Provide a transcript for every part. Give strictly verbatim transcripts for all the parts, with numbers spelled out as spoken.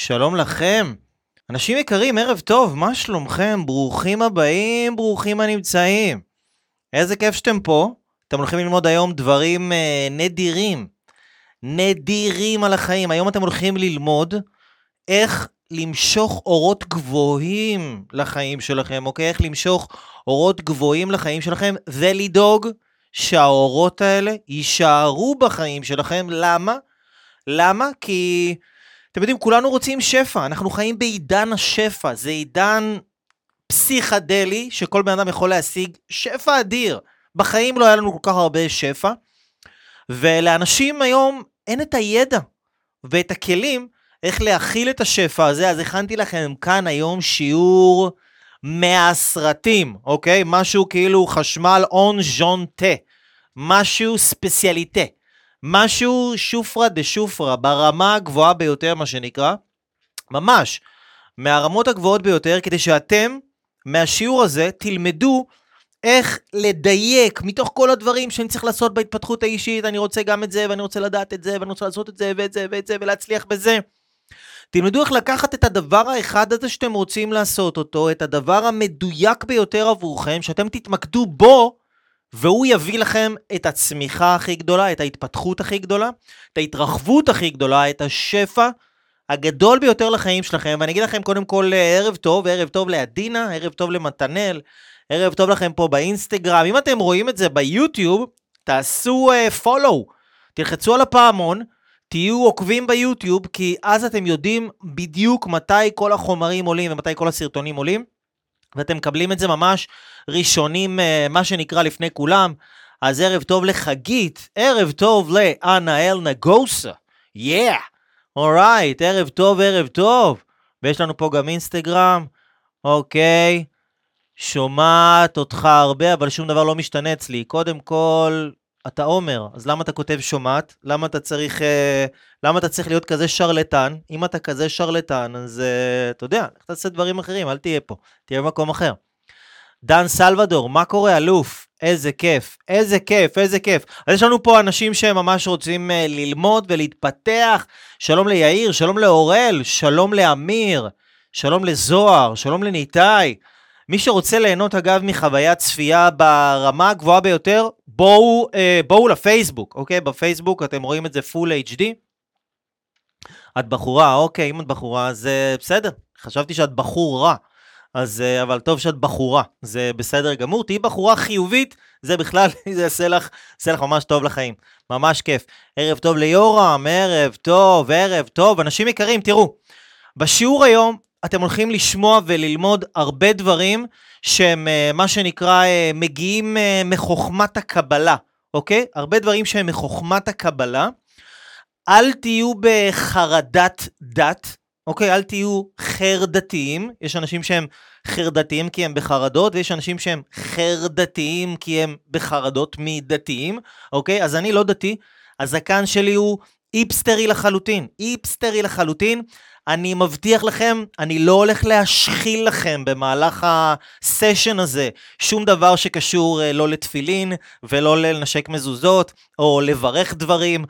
שלום לכם. אנשים יקרים, ערב טוב, מה שלומכם? ברוכים הבאים, ברוכים הנמצאים. איזה כיף שאתם פה. אתם הולכים ללמוד היום דברים אה, נדירים. נדירים על החיים. היום אתם הולכים ללמוד איך למשוך אורות גבוהים לחיים שלכם, אוקיי? איך למשוך אורות גבוהים לחיים שלכם, ולדאוג שהאורות האלה יישארו בחיים שלכם. למה? למה? כי אתם יודעים, כולנו רוצים שפע, אנחנו חיים בעידן השפע, זה עידן פסיכדלי, שכל בן אדם יכול להשיג שפע אדיר. בחיים לא היה לנו כל כך הרבה שפע, ולאנשים היום אין את הידע ואת הכלים איך להכיל את השפע הזה. אז הכנתי לכם כאן היום שיעור מהסרטים, אוקיי? משהו כאילו חשמל און ז'ונטה, משהו ספציאליטה. משהו שופרה דה שופרה, ברמה הגבוהה ביותר, מה שנקרא, ממש, מהרמות הגבוהות ביותר, כדי שאתם, מהשיעור הזה, תלמדו איך לדייק, מתוך כל הדברים שאני צריך לעשות בהתפתחות האישית, אני רוצה גם את זה, ואני רוצה לדעת את זה, ואני רוצה לעשות את זה, ואת זה, ואת זה, ולהצליח בזה. תלמדו איך לקחת את הדבר האחד הזה שאתם רוצים לעשות אותו, את הדבר המדויק ביותר עבורכם, שאתם תתמקדו בו, והוא יביא לכם את הצמיחה הכי גדולה, את ההתפתחות הכי גדולה, את ההתרחבות הכי גדולה, את השפע הגדול ביותר לחיים שלכם. ואני אגיד לכם קודם כל ערב טוב, ערב טוב לעדינה, ערב טוב למתנאל, ערב טוב לכם פה באינסטגרם. אם אתם רואים את זה ביוטיוב, תעשו uh, follow, תלחצו על הפעמון, תהיו עוקבים ביוטיוב, כי אז אתם יודעים בדיוק מתי כל החומרים עולים ומתי כל הסרטונים עולים. ואתם מקבלים את זה ממש ראשונים, מה שנקרא לפני כולם. אז ערב טוב לחגית, ערב טוב לאנאל נגוסה, yeah, alright, ערב טוב, ערב טוב. ויש לנו פה גם אינסטגרם, אוקיי, שומעת אותך הרבה, אבל שום דבר לא משתנה אצלי. קודם כל, אתה אומר, אז למה אתה כותב שומעת? למה אתה צריך, אה, למה אתה צריך להיות כזה שרלטן? אם אתה כזה שרלטן, אז אה, אתה יודע, איך תעשה דברים אחרים, אל תהיה פה, תהיה במקום אחר. דן סלבדור, מה קורה אלוף? איזה כיף, איזה כיף, איזה כיף. אז יש לנו פה אנשים שממש רוצים אה, ללמוד ולהתפתח. שלום ליאיר, שלום לאורל, שלום לאמיר, שלום לזוהר, שלום לניתאי. מי שרוצה ליהנות אגב מחוויית צפייה ברמה הגבוהה ביותר, בואו, אה, בואו לפייסבוק, אוקיי? בפייסבוק אתם רואים את זה פול אייץ' די. את בחורה, אוקיי, אם את בחורה, אז אה, בסדר. חשבתי שאת בחור רע, אז, אה, אבל טוב שאת בחורה, זה בסדר גמור. תהי בחורה חיובית, זה בכלל, זה יעשה לך, יעשה לך ממש טוב לחיים. ממש כיף. ערב טוב ליורם, ערב טוב, ערב טוב. אנשים יקרים, תראו, בשיעור היום, אתם הולכים לשמוע וללמוד הרבה דברים שהם מה שנקרא מגיעים מחוכמת הקבלה, אוקיי? הרבה דברים שהם מחוכמת הקבלה. אל תהיו בחרדת דת, אוקיי? אל תהיו חרדתיים. יש אנשים שהם חרדתיים כי הם בחרדות, ויש אנשים שהם חרדתיים כי הם בחרדות מדתיים, אוקיי? אז אני לא דתי, הזקן שלי הוא איפסטרי לחלוטין, איפסטרי לחלוטין. אני מבטיח לכם, אני לא הולך להשחיל לכם במהלך הסשן הזה שום דבר שקשור לא לתפילין ולא לנשק מזוזות או לברך דברים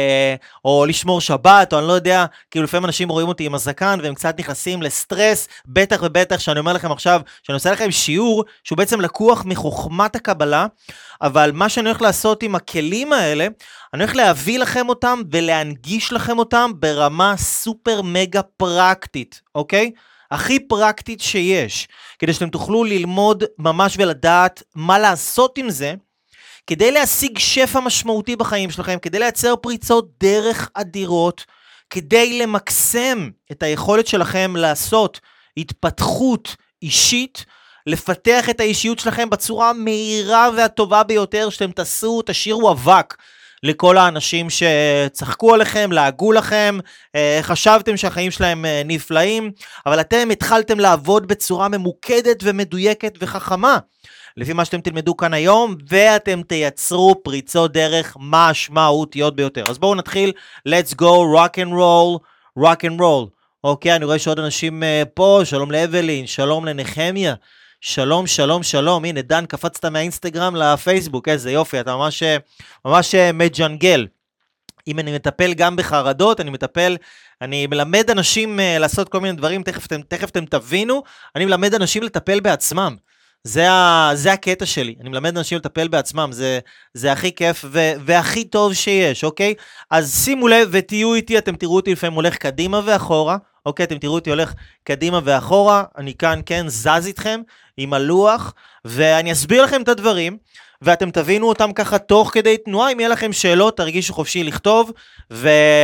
או לשמור שבת או אני לא יודע, כאילו לפעמים אנשים רואים אותי עם הזקן והם קצת נכנסים לסטרס, בטח ובטח שאני אומר לכם עכשיו, שאני עושה לכם שיעור שהוא בעצם לקוח מחוכמת הקבלה, אבל מה שאני הולך לעשות עם הכלים האלה, אני הולך להביא לכם אותם ולהנגיש לכם אותם ברמה סופר מגה פרקטית, אוקיי? הכי פרקטית שיש, כדי שאתם תוכלו ללמוד ממש ולדעת מה לעשות עם זה, כדי להשיג שפע משמעותי בחיים שלכם, כדי לייצר פריצות דרך אדירות, כדי למקסם את היכולת שלכם לעשות התפתחות אישית, לפתח את האישיות שלכם בצורה המהירה והטובה ביותר, שאתם תעשו, תשאירו אבק לכל האנשים שצחקו עליכם, לעגו לכם, חשבתם שהחיים שלהם נפלאים, אבל אתם התחלתם לעבוד בצורה ממוקדת ומדויקת וחכמה, לפי מה שאתם תלמדו כאן היום, ואתם תייצרו פריצות דרך משמעותיות ביותר. אז בואו נתחיל, let's go, rock and roll, rock and roll. אוקיי, אני רואה שעוד אנשים פה, שלום לאבלין, שלום לנחמיה, שלום, שלום, שלום. הנה, דן, קפצת מהאינסטגרם לפייסבוק, איזה יופי, אתה ממש, ממש מג'נגל. אם אני מטפל גם בחרדות, אני מטפל, אני מלמד אנשים uh, לעשות כל מיני דברים, תכף אתם, תכף אתם תבינו, אני מלמד אנשים לטפל בעצמם. זה, ה, זה הקטע שלי, אני מלמד אנשים לטפל בעצמם, זה, זה הכי כיף ו, והכי טוב שיש, אוקיי? אז שימו לב ותהיו איתי, אתם תראו אותי לפעמים הולך קדימה ואחורה, אוקיי? אתם תראו אותי הולך קדימה ואחורה, אני כאן כן זז איתכם עם הלוח, ואני אסביר לכם את הדברים, ואתם תבינו אותם ככה תוך כדי תנועה, אם יהיה לכם שאלות, תרגישו חופשי לכתוב, ו...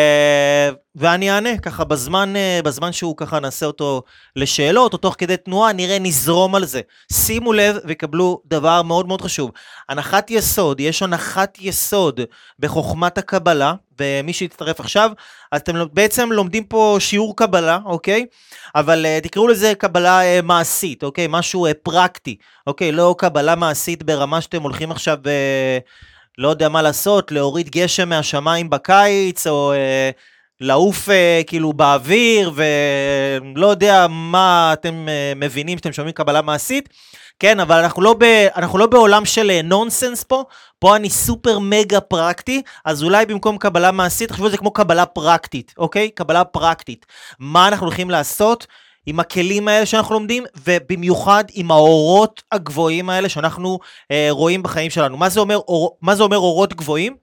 ואני אענה ככה בזמן, בזמן שהוא ככה נעשה אותו לשאלות, או תוך כדי תנועה, נראה נזרום על זה. שימו לב וקבלו דבר מאוד מאוד חשוב. הנחת יסוד, יש הנחת יסוד בחוכמת הקבלה, ומי שיצטרף עכשיו, אז אתם בעצם לומדים פה שיעור קבלה, אוקיי? אבל uh, תקראו לזה קבלה uh, מעשית, אוקיי? משהו uh, פרקטי, אוקיי? לא קבלה מעשית ברמה שאתם הולכים עכשיו, uh, לא יודע מה לעשות, להוריד גשם מהשמיים בקיץ, או uh, לעוף uh, כאילו באוויר, ולא יודע מה אתם uh, מבינים שאתם שומעים קבלה מעשית, כן, אבל אנחנו לא, ב, אנחנו לא בעולם של נונסנס פה, פה אני סופר מגה פרקטי, אז אולי במקום קבלה מעשית, תחשבו על זה כמו קבלה פרקטית, אוקיי? קבלה פרקטית. מה אנחנו הולכים לעשות עם הכלים האלה שאנחנו לומדים, ובמיוחד עם האורות הגבוהים האלה שאנחנו אה, רואים בחיים שלנו. מה זה אומר, אור, מה זה אומר אורות גבוהים?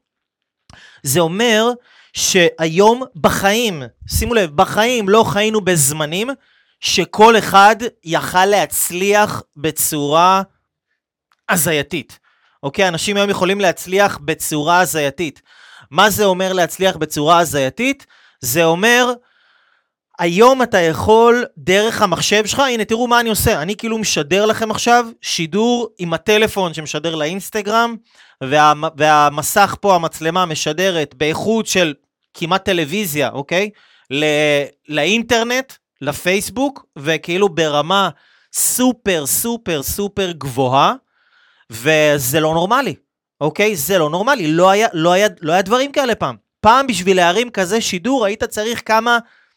זה אומר שהיום בחיים, שימו לב, בחיים לא חיינו בזמנים, שכל אחד יכל להצליח בצורה הזייתית. אוקיי? אנשים היום יכולים להצליח בצורה הזייתית. מה זה אומר להצליח בצורה הזייתית? זה אומר, היום אתה יכול דרך המחשב שלך, הנה תראו מה אני עושה, אני כאילו משדר לכם עכשיו שידור עם הטלפון שמשדר לאינסטגרם, וה, והמסך פה, המצלמה משדרת באיכות של כמעט טלוויזיה, אוקיי? לא, לאינטרנט, לפייסבוק, וכאילו ברמה סופר סופר סופר גבוהה, וזה לא נורמלי, אוקיי? זה לא נורמלי, לא היה, לא היה, לא היה דברים כאלה פעם. פעם בשביל להרים כזה שידור, היית צריך כמה,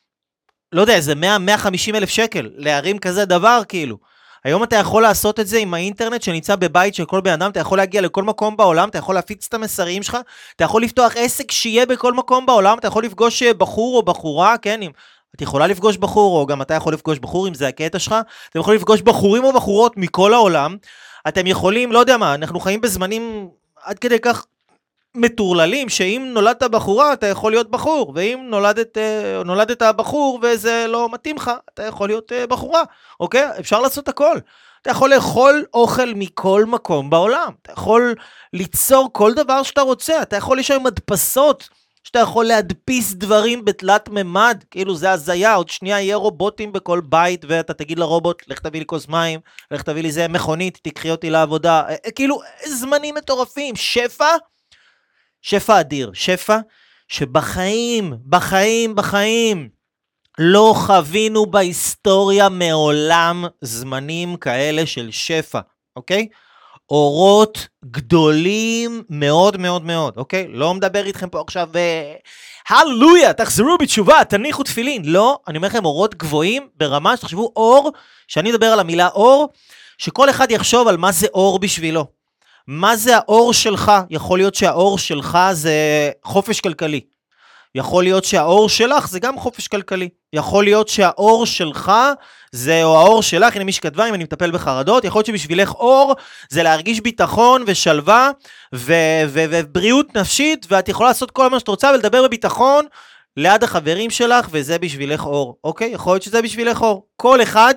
לא יודע, איזה מאה עד מאה וחמישים אלף שקל, להרים כזה דבר כאילו. היום אתה יכול לעשות את זה עם האינטרנט שנמצא בבית של כל בן אדם, אתה יכול להגיע לכל מקום בעולם, אתה יכול להפיץ את המסרים שלך, אתה יכול לפתוח עסק שיהיה בכל מקום בעולם, אתה יכול לפגוש בחור או בחורה, כן, אם את יכולה לפגוש בחור, או גם אתה יכול לפגוש בחור, אם זה הקטע שלך, אתם יכולים לפגוש בחורים או בחורות מכל העולם, אתם יכולים, לא יודע מה, אנחנו חיים בזמנים עד כדי כך מטורללים, שאם נולדת בחורה, אתה יכול להיות בחור, ואם נולדת, נולדת בחור, וזה לא מתאים לך, אתה יכול להיות בחורה, אוקיי? אפשר לעשות הכל. אתה יכול לאכול אוכל מכל מקום בעולם, אתה יכול ליצור כל דבר שאתה רוצה, אתה יכול לשאול מדפסות, שאתה יכול להדפיס דברים בתלת ממד, כאילו זה הזיה, עוד שנייה יהיה רובוטים בכל בית, ואתה תגיד לרובוט, לך תביא לי כוס מים, לך תביא לי זה מכונית, תקחי אותי לעבודה, כאילו זמנים מטורפים, שפע, שפע אדיר, שפע שבחיים, בחיים, בחיים, לא חווינו בהיסטוריה מעולם זמנים כאלה של שפע, אוקיי? אורות גדולים מאוד מאוד מאוד, אוקיי? לא מדבר איתכם פה עכשיו, הללויה, תחזרו בתשובה, תניחו תפילין. לא, אני אומר לכם אורות גבוהים ברמה שתחשבו אור, שאני מדבר על המילה אור, שכל אחד יחשוב על מה זה אור בשבילו. מה זה האור שלך? יכול להיות שהאור שלך זה חופש כלכלי. יכול להיות שהאור שלך זה גם חופש כלכלי. יכול להיות שהאור שלך זה, או האור שלך, הנה מי שכתבה, אם אני מטפל בחרדות, יכול להיות שבשבילך אור זה להרגיש ביטחון ושלווה ו- ו- ובריאות נפשית, ואת יכולה לעשות כל מה שאת רוצה ולדבר בביטחון ליד החברים שלך, וזה בשבילך אור, אוקיי? יכול להיות שזה בשבילך אור. כל אחד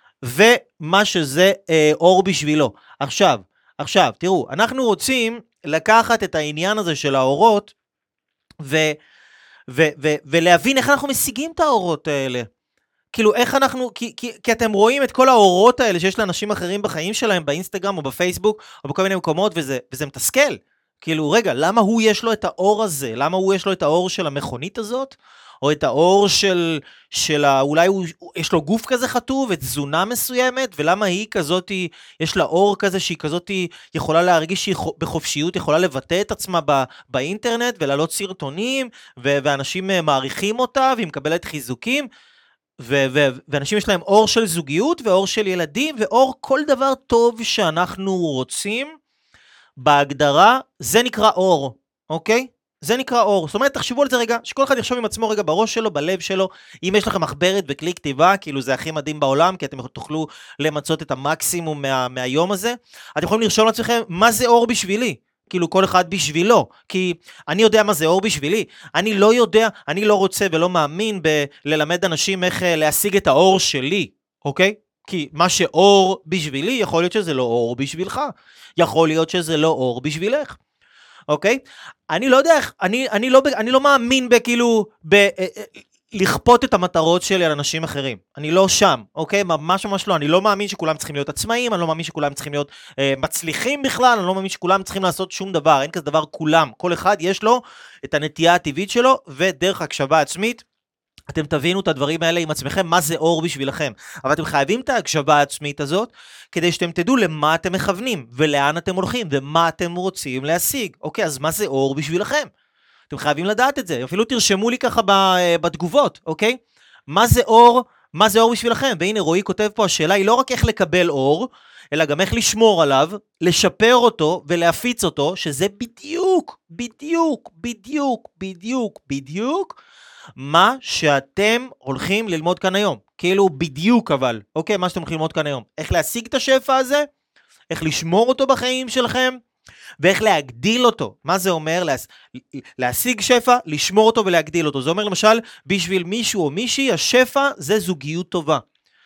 ומה שזה אה, אור בשבילו. עכשיו, עכשיו, תראו, אנחנו רוצים לקחת את העניין הזה של האורות, ו... ו- ו- ולהבין איך אנחנו משיגים את האורות האלה. כאילו איך אנחנו, כי, כי, כי אתם רואים את כל האורות האלה שיש לאנשים אחרים בחיים שלהם, באינסטגרם או בפייסבוק, או בכל מיני מקומות, וזה, וזה מתסכל. כאילו, רגע, למה הוא יש לו את האור הזה? למה הוא יש לו את האור של המכונית הזאת? או את האור של, של ה, אולי הוא, יש לו גוף כזה חטוב, את תזונה מסוימת, ולמה היא כזאת, יש לה אור כזה שהיא כזאת יכולה להרגיש שהיא בחופשיות, יכולה לבטא את עצמה ב, באינטרנט, ולעלות סרטונים, ו, ואנשים מעריכים אותה, והיא מקבלת חיזוקים, ו, ו, ואנשים יש להם אור של זוגיות, ואור של ילדים, ואור כל דבר טוב שאנחנו רוצים, בהגדרה, זה נקרא אור, אוקיי? זה נקרא אור. זאת אומרת, תחשבו על זה רגע, שכל אחד יחשוב עם עצמו רגע בראש שלו, בלב שלו, אם יש לכם מחברת וכלי כתיבה, כאילו זה הכי מדהים בעולם, כי אתם תוכלו למצות את המקסימום מה, מהיום הזה, אתם יכולים לרשום לעצמכם, מה זה אור בשבילי? כאילו כל אחד בשבילו, כי אני יודע מה זה אור בשבילי, אני לא יודע, אני לא רוצה ולא מאמין בללמד אנשים איך להשיג את האור שלי, אוקיי? כי מה שאור בשבילי, יכול להיות שזה לא אור בשבילך, יכול להיות שזה לא אור בשבילך. אוקיי? אני לא יודע איך, אני, אני, לא, אני לא מאמין בכאילו, ב, לכפות את המטרות שלי על אנשים אחרים. אני לא שם, אוקיי? ממש ממש לא. אני לא מאמין שכולם צריכים להיות עצמאים, אני לא מאמין שכולם צריכים להיות אה, מצליחים בכלל, אני לא מאמין שכולם צריכים לעשות שום דבר, אין כזה דבר כולם. כל אחד יש לו את הנטייה הטבעית שלו, ודרך הקשבה עצמית, אתם תבינו את הדברים האלה עם עצמכם, מה זה אור בשבילכם. אבל אתם חייבים את ההקשבה העצמית הזאת, כדי שאתם תדעו למה אתם מכוונים, ולאן אתם הולכים, ומה אתם רוצים להשיג. אוקיי, אז מה זה אור בשבילכם? אתם חייבים לדעת את זה. אפילו תרשמו לי ככה בתגובות, אוקיי? מה זה אור? מה זה אור בשבילכם? והנה רועי כותב פה, השאלה היא לא רק איך לקבל אור, אלא גם איך לשמור עליו, לשפר אותו ולהפיץ אותו, שזה בדיוק, בדיוק, בדיוק, בדיוק, בדיוק, מה שאתם הולכים ללמוד כאן היום. כאילו בדיוק אבל, אוקיי? מה שאתם הולכים ללמוד כאן היום. איך להשיג את השפע הזה, איך לשמור אותו בחיים שלכם, ואיך להגדיל אותו. מה זה אומר? להש... להשיג שפע, לשמור אותו ולהגדיל אותו. זה אומר למשל, בשביל מישהו או מישהי, השפע זה זוגיות טובה.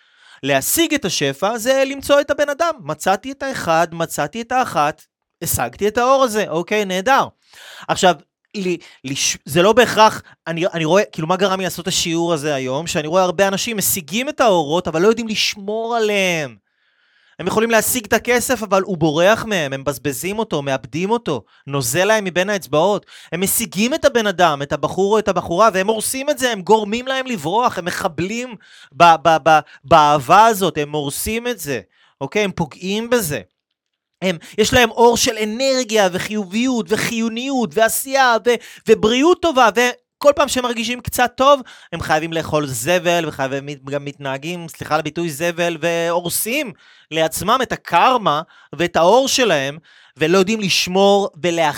להשיג את השפע זה למצוא את הבן אדם. מצאתי את האחד, מצאתי את האחת, השגתי את האור הזה, אוקיי? נהדר. עכשיו, לי, לי, זה לא בהכרח, אני, אני רואה, כאילו מה גרם לי לעשות את השיעור הזה היום, שאני רואה הרבה אנשים משיגים את האורות, אבל לא יודעים לשמור עליהם. הם יכולים להשיג את הכסף, אבל הוא בורח מהם, הם מבזבזים אותו, מאבדים אותו, נוזל להם מבין האצבעות. הם משיגים את הבן אדם, את הבחור או את הבחורה, והם הורסים את זה, הם גורמים להם לברוח, הם מחבלים ב, ב, ב, באהבה הזאת, הם הורסים את זה, אוקיי? הם פוגעים בזה. הם, יש להם אור של אנרגיה וחיוביות וחיוניות ועשייה ו, ובריאות טובה, וכל פעם שהם מרגישים קצת טוב, הם חייבים לאכול זבל, וחייבים גם מתנהגים, סליחה על הביטוי זבל, והורסים לעצמם את הקרמה ואת האור שלהם, ולא יודעים לשמור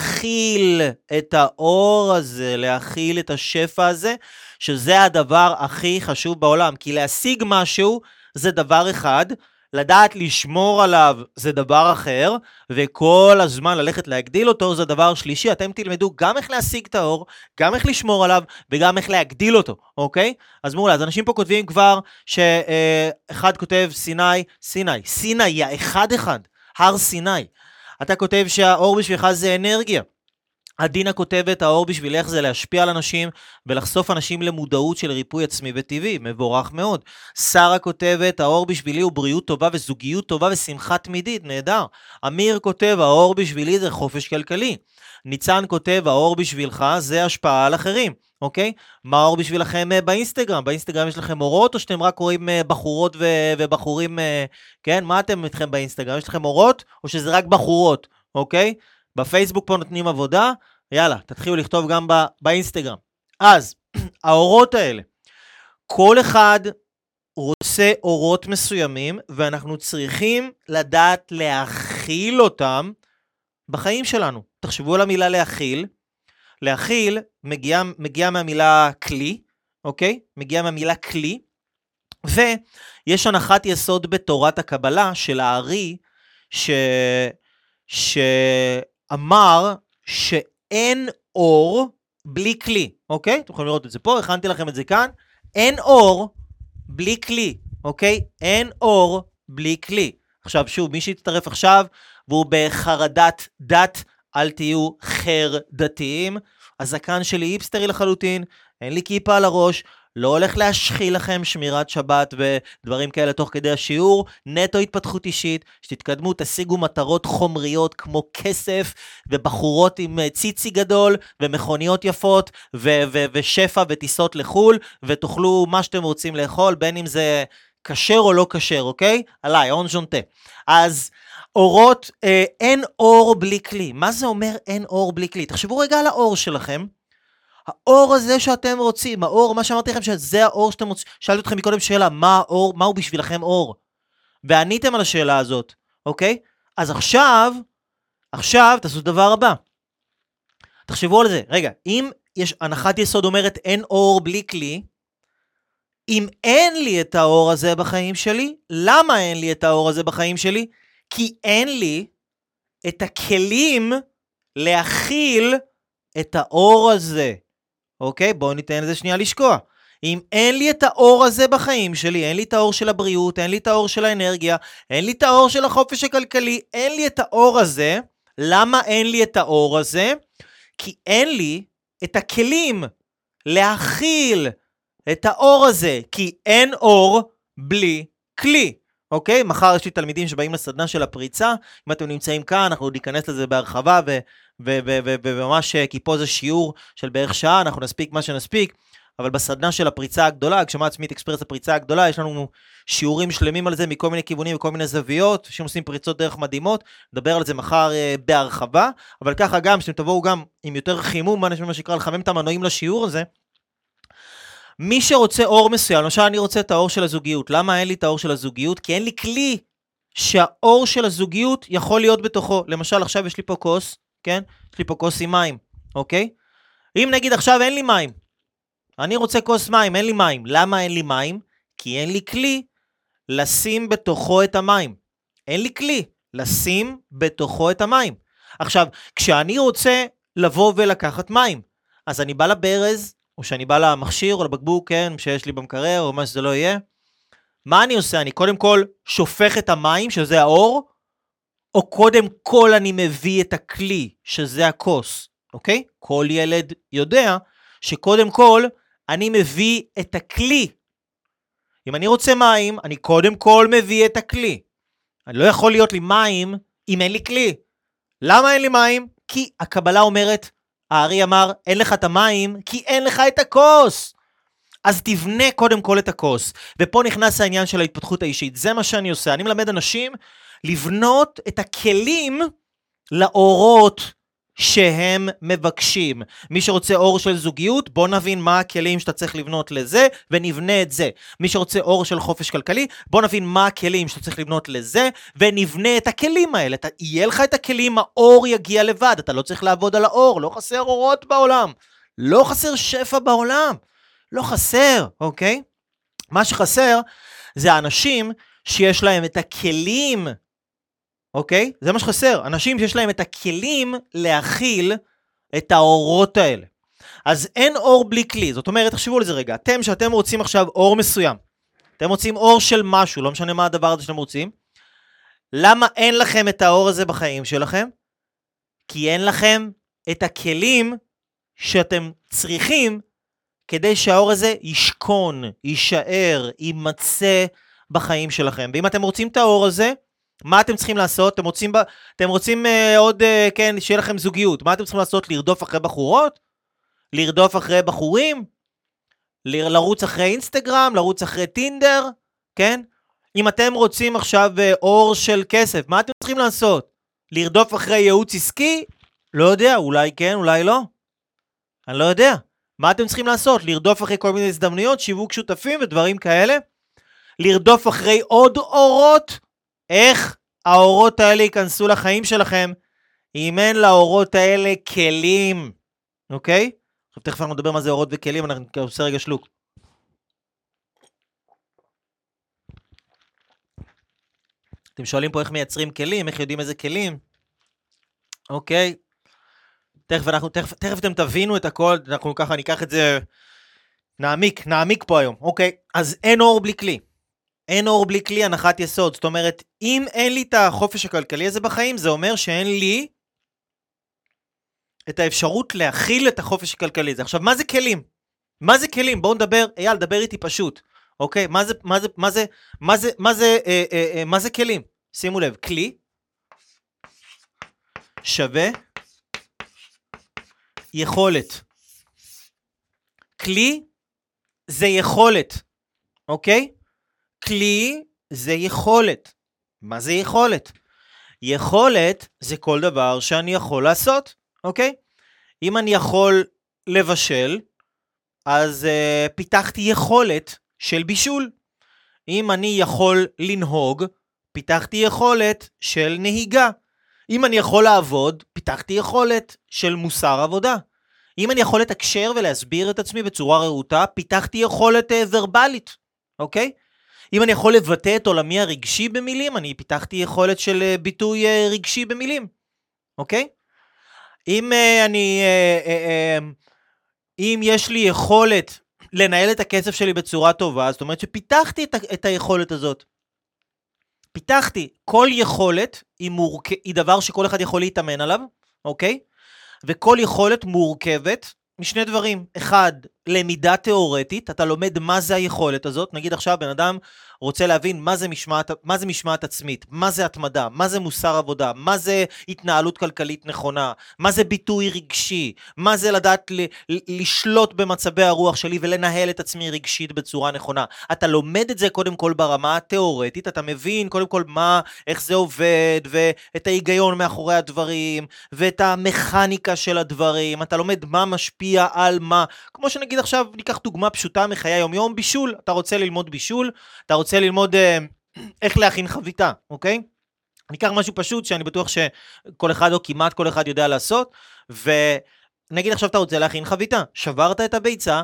ולהכיל את האור הזה, להכיל את השפע הזה, שזה הדבר הכי חשוב בעולם, כי להשיג משהו זה דבר אחד, לדעת לשמור עליו זה דבר אחר, וכל הזמן ללכת להגדיל אותו זה דבר שלישי. אתם תלמדו גם איך להשיג את האור, גם איך לשמור עליו, וגם איך להגדיל אותו, אוקיי? אז מעולה, אז אנשים פה כותבים כבר, שאחד כותב סיני, סיני, סיני, יא אחד אחד, הר סיני. אתה כותב שהאור בשבילך זה אנרגיה. עדינה כותבת, האור בשבילך זה להשפיע על אנשים ולחשוף אנשים למודעות של ריפוי עצמי וטבעי, מבורך מאוד. שרה כותבת, האור בשבילי הוא בריאות טובה וזוגיות טובה ושמחה תמידית, נהדר. אמיר כותב, האור בשבילי זה חופש כלכלי. ניצן כותב, האור בשבילך זה השפעה על אחרים, אוקיי? מה האור בשבילכם באינסטגרם? באינסטגרם יש לכם אורות או שאתם רק רואים בחורות ו- ובחורים, כן? מה אתם איתכם באינסטגרם? יש לכם אורות או שזה רק בחורות, אוקיי? בפייסבוק פה נותנים עבודה, יאללה, תתחילו לכתוב גם בא, באינסטגרם. אז, האורות האלה, כל אחד רוצה אורות מסוימים, ואנחנו צריכים לדעת להכיל אותם בחיים שלנו. תחשבו על המילה להכיל. להכיל מגיע, מגיע מהמילה כלי, אוקיי? מגיע מהמילה כלי, ויש הנחת יסוד בתורת הקבלה של הארי, ש... ש... אמר שאין אור בלי כלי, אוקיי? אתם יכולים לראות את זה פה, הכנתי לכם את זה כאן. אין אור בלי כלי, אוקיי? אין אור בלי כלי. עכשיו שוב, מי שיצטרף עכשיו והוא בחרדת דת, אל תהיו חרדתיים. הזקן שלי היפסטרי לחלוטין, אין לי כיפה על הראש, לא הולך להשחיל לכם שמירת שבת ודברים כאלה תוך כדי השיעור, נטו התפתחות אישית, שתתקדמו, תשיגו מטרות חומריות כמו כסף ובחורות עם ציצי גדול ומכוניות יפות ו- ו- ושפע וטיסות לחול, ותאכלו מה שאתם רוצים לאכול, בין אם זה כשר או לא כשר, אוקיי? עליי, און ז'ונטה. אז אורות, אה, אין אור בלי כלי. מה זה אומר אין אור בלי כלי? תחשבו רגע על האור שלכם. האור הזה שאתם רוצים, האור, מה שאמרתי לכם שזה האור שאתם רוצים, שאלתי אתכם מקודם שאלה, מה האור, מה הוא בשבילכם אור? ועניתם על השאלה הזאת, אוקיי? אז עכשיו, עכשיו תעשו את הדבר הבא. תחשבו על זה, רגע, אם יש הנחת יסוד אומרת אין אור בלי כלי, אם אין לי את האור הזה בחיים שלי, למה אין לי את האור הזה בחיים שלי? כי אין לי את הכלים להכיל את האור הזה. אוקיי? בואו ניתן לזה שנייה לשקוע. אם אין לי את האור הזה בחיים שלי, אין לי את האור של הבריאות, אין לי את האור של האנרגיה, אין לי את האור של החופש הכלכלי, אין לי את האור הזה. למה אין לי את האור הזה? כי אין לי את הכלים להכיל את האור הזה, כי אין אור בלי כלי. אוקיי? מחר יש לי תלמידים שבאים לסדנה של הפריצה, אם אתם נמצאים כאן, אנחנו ניכנס לזה בהרחבה, וממש, כי פה זה שיעור של בערך שעה, אנחנו נספיק מה שנספיק, אבל בסדנה של הפריצה הגדולה, הגשמה עצמית אקספרס הפריצה הגדולה, יש לנו שיעורים שלמים על זה מכל מיני כיוונים וכל מיני זוויות, שעושים פריצות דרך מדהימות, נדבר על זה מחר אה, בהרחבה, אבל ככה גם, שאתם תבואו גם עם יותר חימום, מה שנקרא לחמם את המנועים לשיעור הזה, מי שרוצה אור מסוים, למשל אני רוצה את האור של הזוגיות, למה אין לי את האור של הזוגיות? כי אין לי כלי שהאור של הזוגיות יכול להיות בתוכו, למשל עכשיו יש לי פה כוס, כן? יש לי פה כוס עם מים, אוקיי? אם נגיד עכשיו אין לי מים, אני רוצה כוס מים, אין לי מים. למה אין לי מים? כי אין לי כלי לשים בתוכו את המים. אין לי כלי לשים בתוכו את המים. עכשיו, כשאני רוצה לבוא ולקחת מים, אז אני בא לברז, או שאני בא למכשיר, או לבקבוק, כן, שיש לי במקרר, או מה שזה לא יהיה. מה אני עושה? אני קודם כל שופך את המים, שזה האור, או קודם כל אני מביא את הכלי, שזה הכוס, אוקיי? כל ילד יודע שקודם כל אני מביא את הכלי. אם אני רוצה מים, אני קודם כל מביא את הכלי. אני לא יכול להיות לי מים אם אין לי כלי. למה אין לי מים? כי הקבלה אומרת, הארי אמר, אין לך את המים, כי אין לך את הכוס. אז תבנה קודם כל את הכוס. ופה נכנס העניין של ההתפתחות האישית. זה מה שאני עושה. אני מלמד אנשים לבנות את הכלים לאורות שהם מבקשים. מי שרוצה אור של זוגיות, בוא נבין מה הכלים שאתה צריך לבנות לזה, ונבנה את זה. מי שרוצה אור של חופש כלכלי, בוא נבין מה הכלים שאתה צריך לבנות לזה, ונבנה את הכלים האלה. אתה, יהיה לך את הכלים, האור יגיע לבד, אתה לא צריך לעבוד על האור, לא חסר אורות בעולם, לא חסר שפע בעולם, לא חסר, אוקיי? מה שחסר זה האנשים שיש להם את הכלים, אוקיי? זה מה שחסר. אנשים שיש להם את הכלים להכיל את האורות האלה. אז אין אור בלי כלי. זאת אומרת, תחשבו על זה רגע. אתם, שאתם רוצים עכשיו אור מסוים, אתם רוצים אור של משהו, לא משנה מה הדבר הזה שאתם רוצים. למה אין לכם את האור הזה בחיים שלכם? כי אין לכם את הכלים שאתם צריכים כדי שהאור הזה ישכון, יישאר, יימצא בחיים שלכם. ואם אתם רוצים את האור הזה, מה אתם צריכים לעשות? אתם רוצים, אתם רוצים uh, עוד, uh, כן, שיהיה לכם זוגיות. מה אתם צריכים לעשות? לרדוף אחרי בחורות? לרדוף אחרי בחורים? ל- לרוץ אחרי אינסטגרם? לרוץ אחרי טינדר? כן? אם אתם רוצים עכשיו uh, אור של כסף, מה אתם צריכים לעשות? לרדוף אחרי ייעוץ עסקי? לא יודע, אולי כן, אולי לא. אני לא יודע. מה אתם צריכים לעשות? לרדוף אחרי כל מיני הזדמנויות, שיווק שותפים ודברים כאלה? לרדוף אחרי עוד אורות? איך האורות האלה ייכנסו לחיים שלכם אם אין לאורות האלה כלים, אוקיי? עכשיו תכף אנחנו נדבר מה זה אורות וכלים, אנחנו עושה רגע שלוק. אתם שואלים פה איך מייצרים כלים, איך יודעים איזה כלים, אוקיי? תכף, אנחנו, תכף, תכף אתם תבינו את הכל, אנחנו ככה ניקח את זה, נעמיק, נעמיק פה היום, אוקיי? אז אין אור בלי כלי. אין אור בלי כלי, הנחת יסוד. זאת אומרת, אם אין לי את החופש הכלכלי הזה בחיים, זה אומר שאין לי את האפשרות להכיל את החופש הכלכלי הזה. עכשיו, מה זה כלים? מה זה כלים? בואו נדבר, אייל, דבר איתי פשוט. אוקיי? מה זה, מה זה, מה זה, מה זה, מה זה, אה, אה, אה, מה זה כלים? שימו לב, כלי שווה יכולת. כלי זה יכולת. אוקיי? כלי זה יכולת. מה זה יכולת? יכולת זה כל דבר שאני יכול לעשות, אוקיי? אם אני יכול לבשל, אז uh, פיתחתי יכולת של בישול. אם אני יכול לנהוג, פיתחתי יכולת של נהיגה. אם אני יכול לעבוד, פיתחתי יכולת של מוסר עבודה. אם אני יכול לתקשר ולהסביר את עצמי בצורה רהוטה, פיתחתי יכולת אה, ורבלית, אוקיי? אם אני יכול לבטא את עולמי הרגשי במילים, אני פיתחתי יכולת של אה, ביטוי אה, רגשי במילים, אוקיי? אם אה, אני, אה, אה, אה, אם יש לי יכולת לנהל את הכסף שלי בצורה טובה, זאת אומרת שפיתחתי את, ה- את היכולת הזאת. פיתחתי, כל יכולת היא, מורכ... היא דבר שכל אחד יכול להתאמן עליו, אוקיי? וכל יכולת מורכבת משני דברים. אחד, למידה תיאורטית, אתה לומד מה זה היכולת הזאת. נגיד עכשיו בן אדם רוצה להבין מה זה משמעת, מה זה משמעת עצמית, מה זה התמדה, מה זה מוסר עבודה, מה זה התנהלות כלכלית נכונה, מה זה ביטוי רגשי, מה זה לדעת ל- ל- לשלוט במצבי הרוח שלי ולנהל את עצמי רגשית בצורה נכונה. אתה לומד את זה קודם כל ברמה התיאורטית, אתה מבין קודם כל מה, איך זה עובד, ואת ההיגיון מאחורי הדברים, ואת המכניקה של הדברים, אתה לומד מה משפיע על מה. כמו שנגיד עכשיו, ניקח דוגמה פשוטה מחיי היום יום, בישול. אתה רוצה ללמוד בישול, אתה רוצה ללמוד אה, איך להכין חביתה, אוקיי? ניקח משהו פשוט שאני בטוח שכל אחד או כמעט כל אחד יודע לעשות, ונגיד עכשיו אתה רוצה להכין חביתה, שברת את הביצה,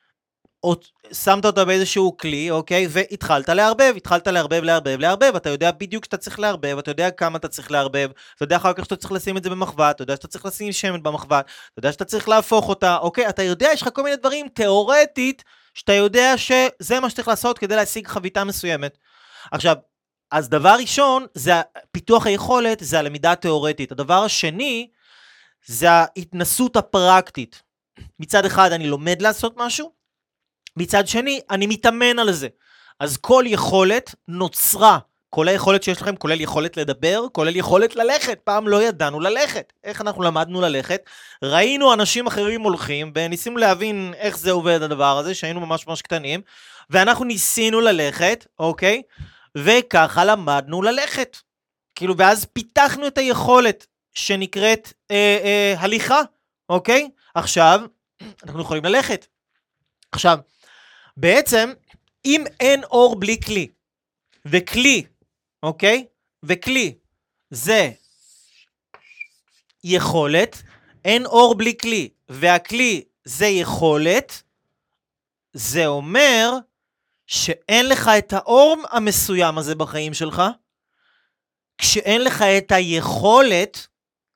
או שמת אותה באיזשהו כלי, אוקיי? והתחלת להרבב, התחלת להרבב, להרבב, להרבב, אתה יודע בדיוק שאתה צריך להרבב, אתה יודע כמה אתה צריך להרבב, אתה יודע אחר כך שאתה צריך לשים את זה במחבת, אתה יודע שאתה צריך לשים שמן במחבת, אתה יודע שאתה צריך להפוך אותה, אוקיי? אתה יודע, יש לך כל מיני דברים תיאורטית, שאתה יודע שזה מה שצריך לעשות כדי להשיג חביתה מסוימת. עכשיו, אז דבר ראשון, זה פיתוח היכולת, זה הלמידה התיאורטית. הדבר השני, זה ההתנסות הפרקטית. מצד אחד אני לומד לעשות משהו, מצד שני, אני מתאמן על זה. אז כל יכולת נוצרה, כל היכולת שיש לכם, כולל יכולת לדבר, כולל יכולת ללכת. פעם לא ידענו ללכת. איך אנחנו למדנו ללכת? ראינו אנשים אחרים הולכים, וניסינו להבין איך זה עובד הדבר הזה, שהיינו ממש ממש קטנים, ואנחנו ניסינו ללכת, אוקיי? וככה למדנו ללכת. כאילו, ואז פיתחנו את היכולת שנקראת אה, אה, הליכה, אוקיי? עכשיו, אנחנו יכולים ללכת. עכשיו, בעצם, אם אין אור בלי כלי, וכלי, אוקיי? וכלי, זה יכולת, אין אור בלי כלי, והכלי זה יכולת, זה אומר שאין לך את האור המסוים הזה בחיים שלך, כשאין לך את היכולת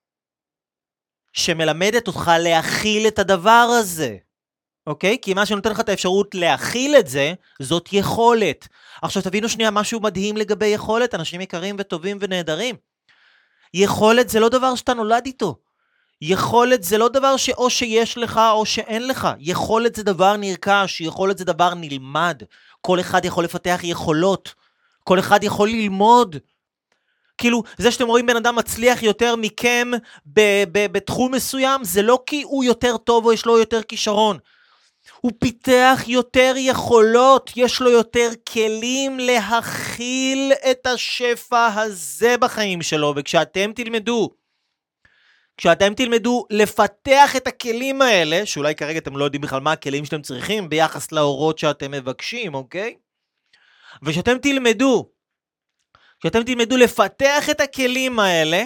שמלמדת אותך להכיל את הדבר הזה. אוקיי? כי מה שנותן לך את האפשרות להכיל את זה, זאת יכולת. עכשיו תבינו שנייה משהו מדהים לגבי יכולת, אנשים יקרים וטובים ונהדרים. יכולת זה לא דבר שאתה נולד איתו. יכולת זה לא דבר שאו שיש לך או שאין לך. יכולת זה דבר נרכש, יכולת זה דבר נלמד. כל אחד יכול לפתח יכולות. כל אחד יכול ללמוד. כאילו, זה שאתם רואים בן אדם מצליח יותר מכם ב- ב- בתחום מסוים, זה לא כי הוא יותר טוב או יש לו יותר כישרון. הוא פיתח יותר יכולות, יש לו יותר כלים להכיל את השפע הזה בחיים שלו, וכשאתם תלמדו, כשאתם תלמדו לפתח את הכלים האלה, שאולי כרגע אתם לא יודעים בכלל מה הכלים שאתם צריכים ביחס להורות שאתם מבקשים, אוקיי? וכשאתם תלמדו, כשאתם תלמדו לפתח את הכלים האלה,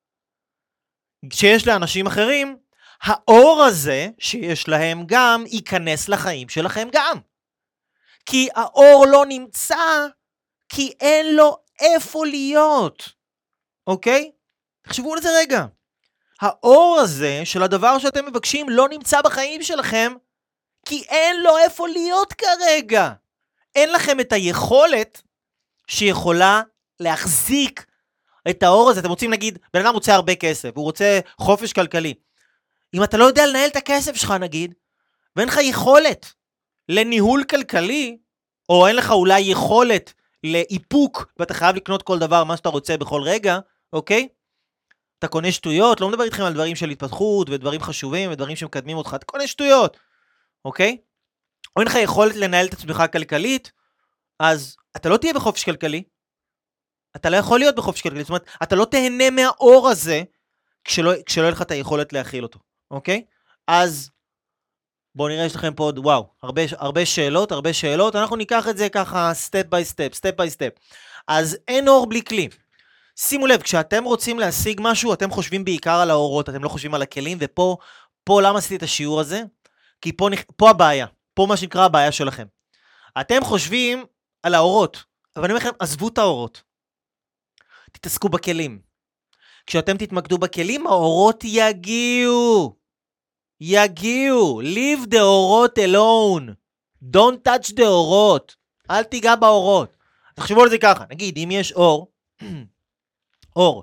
שיש לאנשים אחרים, האור הזה שיש להם גם ייכנס לחיים שלכם גם. כי האור לא נמצא, כי אין לו איפה להיות. אוקיי? תחשבו על זה רגע. האור הזה של הדבר שאתם מבקשים לא נמצא בחיים שלכם, כי אין לו איפה להיות כרגע. אין לכם את היכולת שיכולה להחזיק את האור הזה. אתם רוצים נגיד, בן אדם רוצה הרבה כסף, הוא רוצה חופש כלכלי. אם אתה לא יודע לנהל את הכסף שלך נגיד, ואין לך יכולת לניהול כלכלי, או אין לך אולי יכולת לאיפוק, ואתה חייב לקנות כל דבר מה שאתה רוצה בכל רגע, אוקיי? אתה קונה שטויות, לא מדבר איתכם על דברים של התפתחות, ודברים חשובים, ודברים שמקדמים אותך, אתה קונה שטויות, אוקיי? או אין לך יכולת לנהל את עצמך כלכלית, אז אתה לא תהיה בחופש כלכלי, אתה לא יכול להיות בחופש כלכלי, זאת אומרת, אתה לא תהנה מהאור הזה, כשלא, כשלא יהיה לך את היכולת להכיל אותו, אוקיי? אז בואו נראה, יש לכם פה עוד, וואו, הרבה, הרבה שאלות, הרבה שאלות, אנחנו ניקח את זה ככה, סטפ ביי סטפ, סטפ ביי סטפ. אז אין אור בלי כלי. שימו לב, כשאתם רוצים להשיג משהו, אתם חושבים בעיקר על האורות, אתם לא חושבים על הכלים, ופה, פה למה עשיתי את השיעור הזה? כי פה, פה הבעיה, פה מה שנקרא הבעיה שלכם. אתם חושבים על האורות, אבל אני אומר לכם, עזבו את האורות. תתעסקו בכלים. כשאתם תתמקדו בכלים, האורות יגיעו. יגיעו. Leave the אורות alone. Don't touch the אורות. אל תיגע באורות. תחשבו על זה ככה. נגיד, אם יש אור, אור,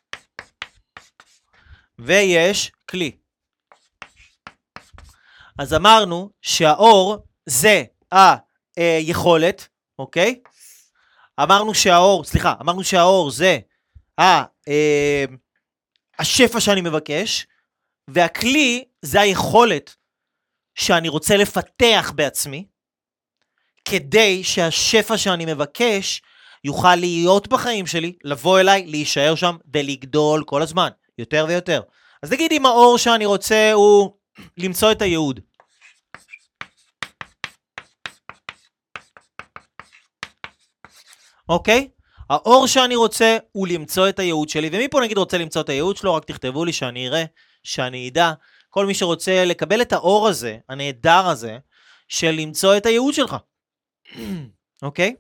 ויש כלי. אז אמרנו שהאור זה היכולת, אוקיי? אמרנו שהאור, סליחה, אמרנו שהאור זה ה, אה, השפע שאני מבקש, והכלי זה היכולת שאני רוצה לפתח בעצמי, כדי שהשפע שאני מבקש יוכל להיות בחיים שלי, לבוא אליי, להישאר שם ולגדול כל הזמן, יותר ויותר. אז נגיד אם האור שאני רוצה הוא למצוא את הייעוד. אוקיי? האור שאני רוצה הוא למצוא את הייעוד שלי, ומי פה נגיד רוצה למצוא את הייעוד שלו, רק תכתבו לי שאני אראה, שאני אדע. כל מי שרוצה לקבל את האור הזה, הנהדר הזה, של למצוא את הייעוד שלך. אוקיי?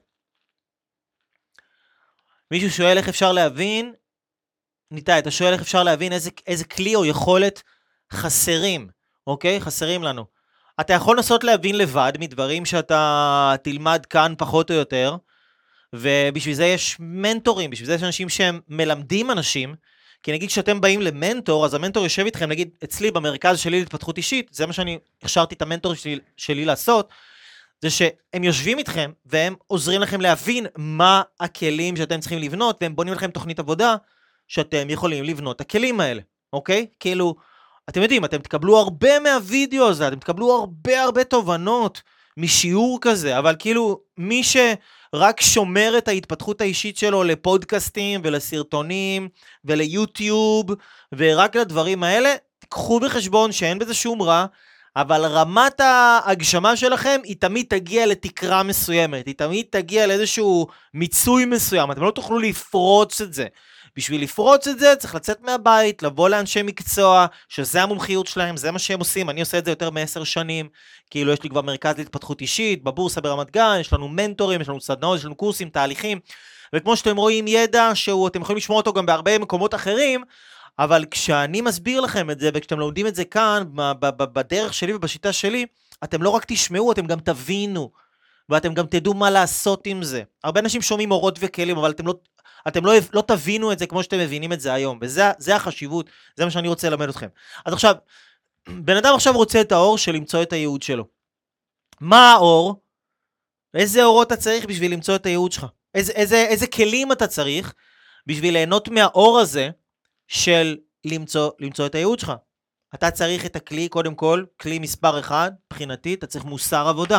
מישהו שואל איך אפשר להבין, ניתאי, אתה שואל איך אפשר להבין איזה, איזה כלי או יכולת חסרים, אוקיי? חסרים לנו. אתה יכול לנסות להבין לבד מדברים שאתה תלמד כאן פחות או יותר, ובשביל זה יש מנטורים, בשביל זה יש אנשים שהם מלמדים אנשים, כי נגיד כשאתם באים למנטור, אז המנטור יושב איתכם, נגיד אצלי במרכז שלי להתפתחות אישית, זה מה שאני הכשרתי את המנטור שלי, שלי לעשות, זה שהם יושבים איתכם, והם עוזרים לכם להבין מה הכלים שאתם צריכים לבנות, והם בונים לכם תוכנית עבודה, שאתם יכולים לבנות את הכלים האלה, אוקיי? כאילו, אתם יודעים, אתם תקבלו הרבה מהווידאו הזה, אתם תקבלו הרבה הרבה תובנות משיעור כזה, אבל כאילו, מי שרק שומר את ההתפתחות האישית שלו לפודקאסטים ולסרטונים וליוטיוב, ורק לדברים האלה, תקחו בחשבון שאין בזה שום רע, אבל רמת ההגשמה שלכם היא תמיד תגיע לתקרה מסוימת, היא תמיד תגיע לאיזשהו מיצוי מסוים, אתם לא תוכלו לפרוץ את זה. בשביל לפרוץ את זה צריך לצאת מהבית, לבוא לאנשי מקצוע, שזה המומחיות שלהם, זה מה שהם עושים, אני עושה את זה יותר מעשר שנים, כאילו יש לי כבר מרכז להתפתחות אישית, בבורסה ברמת גן, יש לנו מנטורים, יש לנו סדנאות, יש לנו קורסים, תהליכים, וכמו שאתם רואים ידע שאתם יכולים לשמוע אותו גם בהרבה מקומות אחרים, אבל כשאני מסביר לכם את זה, וכשאתם לומדים את זה כאן, בדרך שלי ובשיטה שלי, אתם לא רק תשמעו, אתם גם תבינו, ואתם גם תדעו מה לעשות עם זה. הרבה אנשים שומעים אורות וכלים, אבל אתם לא, אתם לא, לא תבינו את זה כמו שאתם מבינים את זה היום, וזה זה החשיבות, זה מה שאני רוצה ללמד אתכם. אז עכשיו, בן אדם עכשיו רוצה את האור של למצוא את הייעוד שלו. מה האור? איזה אורות אתה צריך בשביל למצוא את הייעוד שלך? איזה, איזה, איזה כלים אתה צריך בשביל ליהנות מהאור הזה, של למצוא, למצוא את הייעוד שלך. אתה צריך את הכלי, קודם כל, כלי מספר אחד, מבחינתי, אתה צריך מוסר עבודה.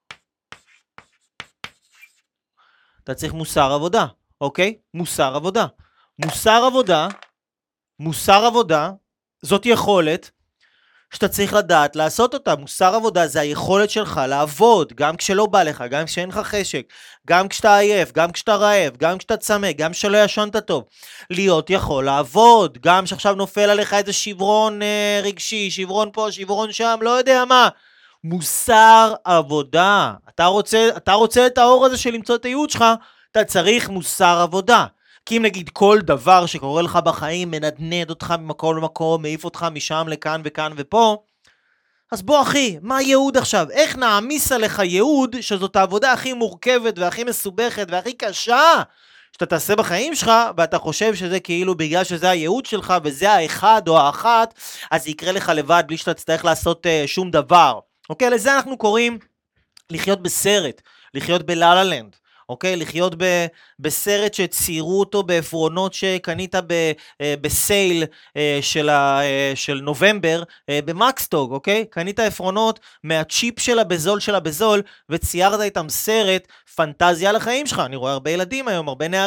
אתה צריך מוסר עבודה, אוקיי? מוסר עבודה. מוסר עבודה, מוסר עבודה, זאת יכולת שאתה צריך לדעת לעשות אותה. מוסר עבודה זה היכולת שלך לעבוד, גם כשלא בא לך, גם כשאין לך חשק, גם כשאתה עייף, גם כשאתה רעב, גם כשאתה צמא, גם כשלא ישנת טוב. להיות יכול לעבוד, גם שעכשיו נופל עליך איזה שברון אה, רגשי, שברון פה, שברון שם, לא יודע מה. מוסר עבודה. אתה רוצה, אתה רוצה את האור הזה של למצוא את הייעוד שלך, אתה צריך מוסר עבודה. כי אם נגיד כל דבר שקורה לך בחיים מנדנד אותך ממקום למקום, מעיף אותך משם לכאן וכאן ופה, אז בוא אחי, מה הייעוד עכשיו? איך נעמיס עליך ייעוד שזאת העבודה הכי מורכבת והכי מסובכת והכי קשה שאתה תעשה בחיים שלך, ואתה חושב שזה כאילו בגלל שזה הייעוד שלך וזה האחד או האחת, אז זה יקרה לך לבד בלי שאתה תצטרך לעשות uh, שום דבר. אוקיי, לזה אנחנו קוראים לחיות בסרט, לחיות בלה-לה לנד. אוקיי, לחיות ב, בסרט שציירו אותו בעפרונות שקנית ב, בסייל של, ה, של נובמבר במקסטוג, אוקיי? קנית עפרונות מהצ'יפ שלה בזול שלה בזול, וציירת איתם סרט פנטזיה לחיים שלך. אני רואה הרבה ילדים היום, הרבה נערים,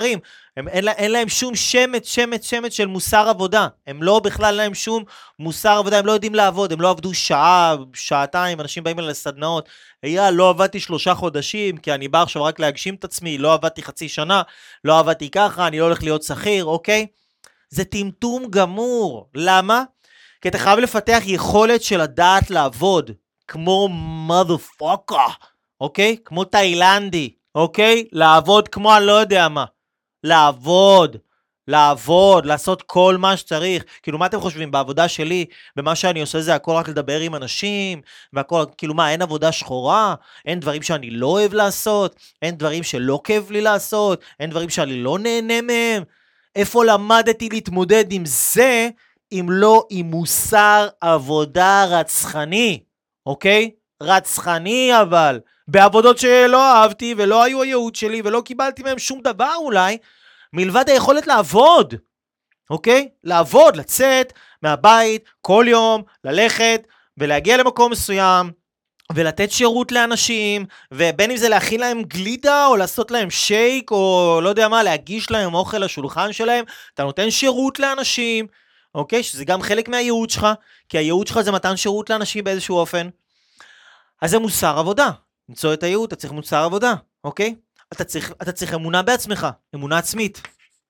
הם, אין, לה, אין להם שום שמץ, שמץ, שמץ של מוסר עבודה. הם לא בכלל להם שום מוסר עבודה, הם לא יודעים לעבוד, הם לא עבדו שעה, שעתיים, אנשים באים אל הסדנאות, היה, לא עבדתי שלושה חודשים, כי אני בא עכשיו רק להגשים את עצמי, לא עבדתי חצי שנה, לא עבדתי ככה, אני לא הולך להיות שכיר, אוקיי? זה טמטום גמור. למה? כי אתה חייב לפתח יכולת של הדעת לעבוד, כמו motherfucker, אוקיי? כמו תאילנדי, אוקיי? לעבוד כמו אני לא יודע מה. לעבוד, לעבוד, לעשות כל מה שצריך. כאילו, מה אתם חושבים? בעבודה שלי, במה שאני עושה זה הכל רק לדבר עם אנשים, והכל, כאילו מה, אין עבודה שחורה? אין דברים שאני לא אוהב לעשות? אין דברים שלא כיף לי לעשות? אין דברים שאני לא נהנה מהם? איפה למדתי להתמודד עם זה, אם לא עם מוסר עבודה רצחני, אוקיי? רצחני אבל, בעבודות שלא אהבתי ולא היו הייעוד שלי ולא קיבלתי מהם שום דבר אולי, מלבד היכולת לעבוד, אוקיי? לעבוד, לצאת מהבית כל יום, ללכת ולהגיע למקום מסוים, ולתת שירות לאנשים, ובין אם זה להכין להם גלידה, או לעשות להם שייק, או לא יודע מה, להגיש להם אוכל לשולחן שלהם, אתה נותן שירות לאנשים, אוקיי? שזה גם חלק מהייעוד שלך, כי הייעוד שלך זה מתן שירות לאנשים באיזשהו אופן. אז זה מוסר עבודה. למצוא את הייעוד, אתה צריך מוסר עבודה, אוקיי? אתה צריך, אתה צריך אמונה בעצמך, אמונה עצמית.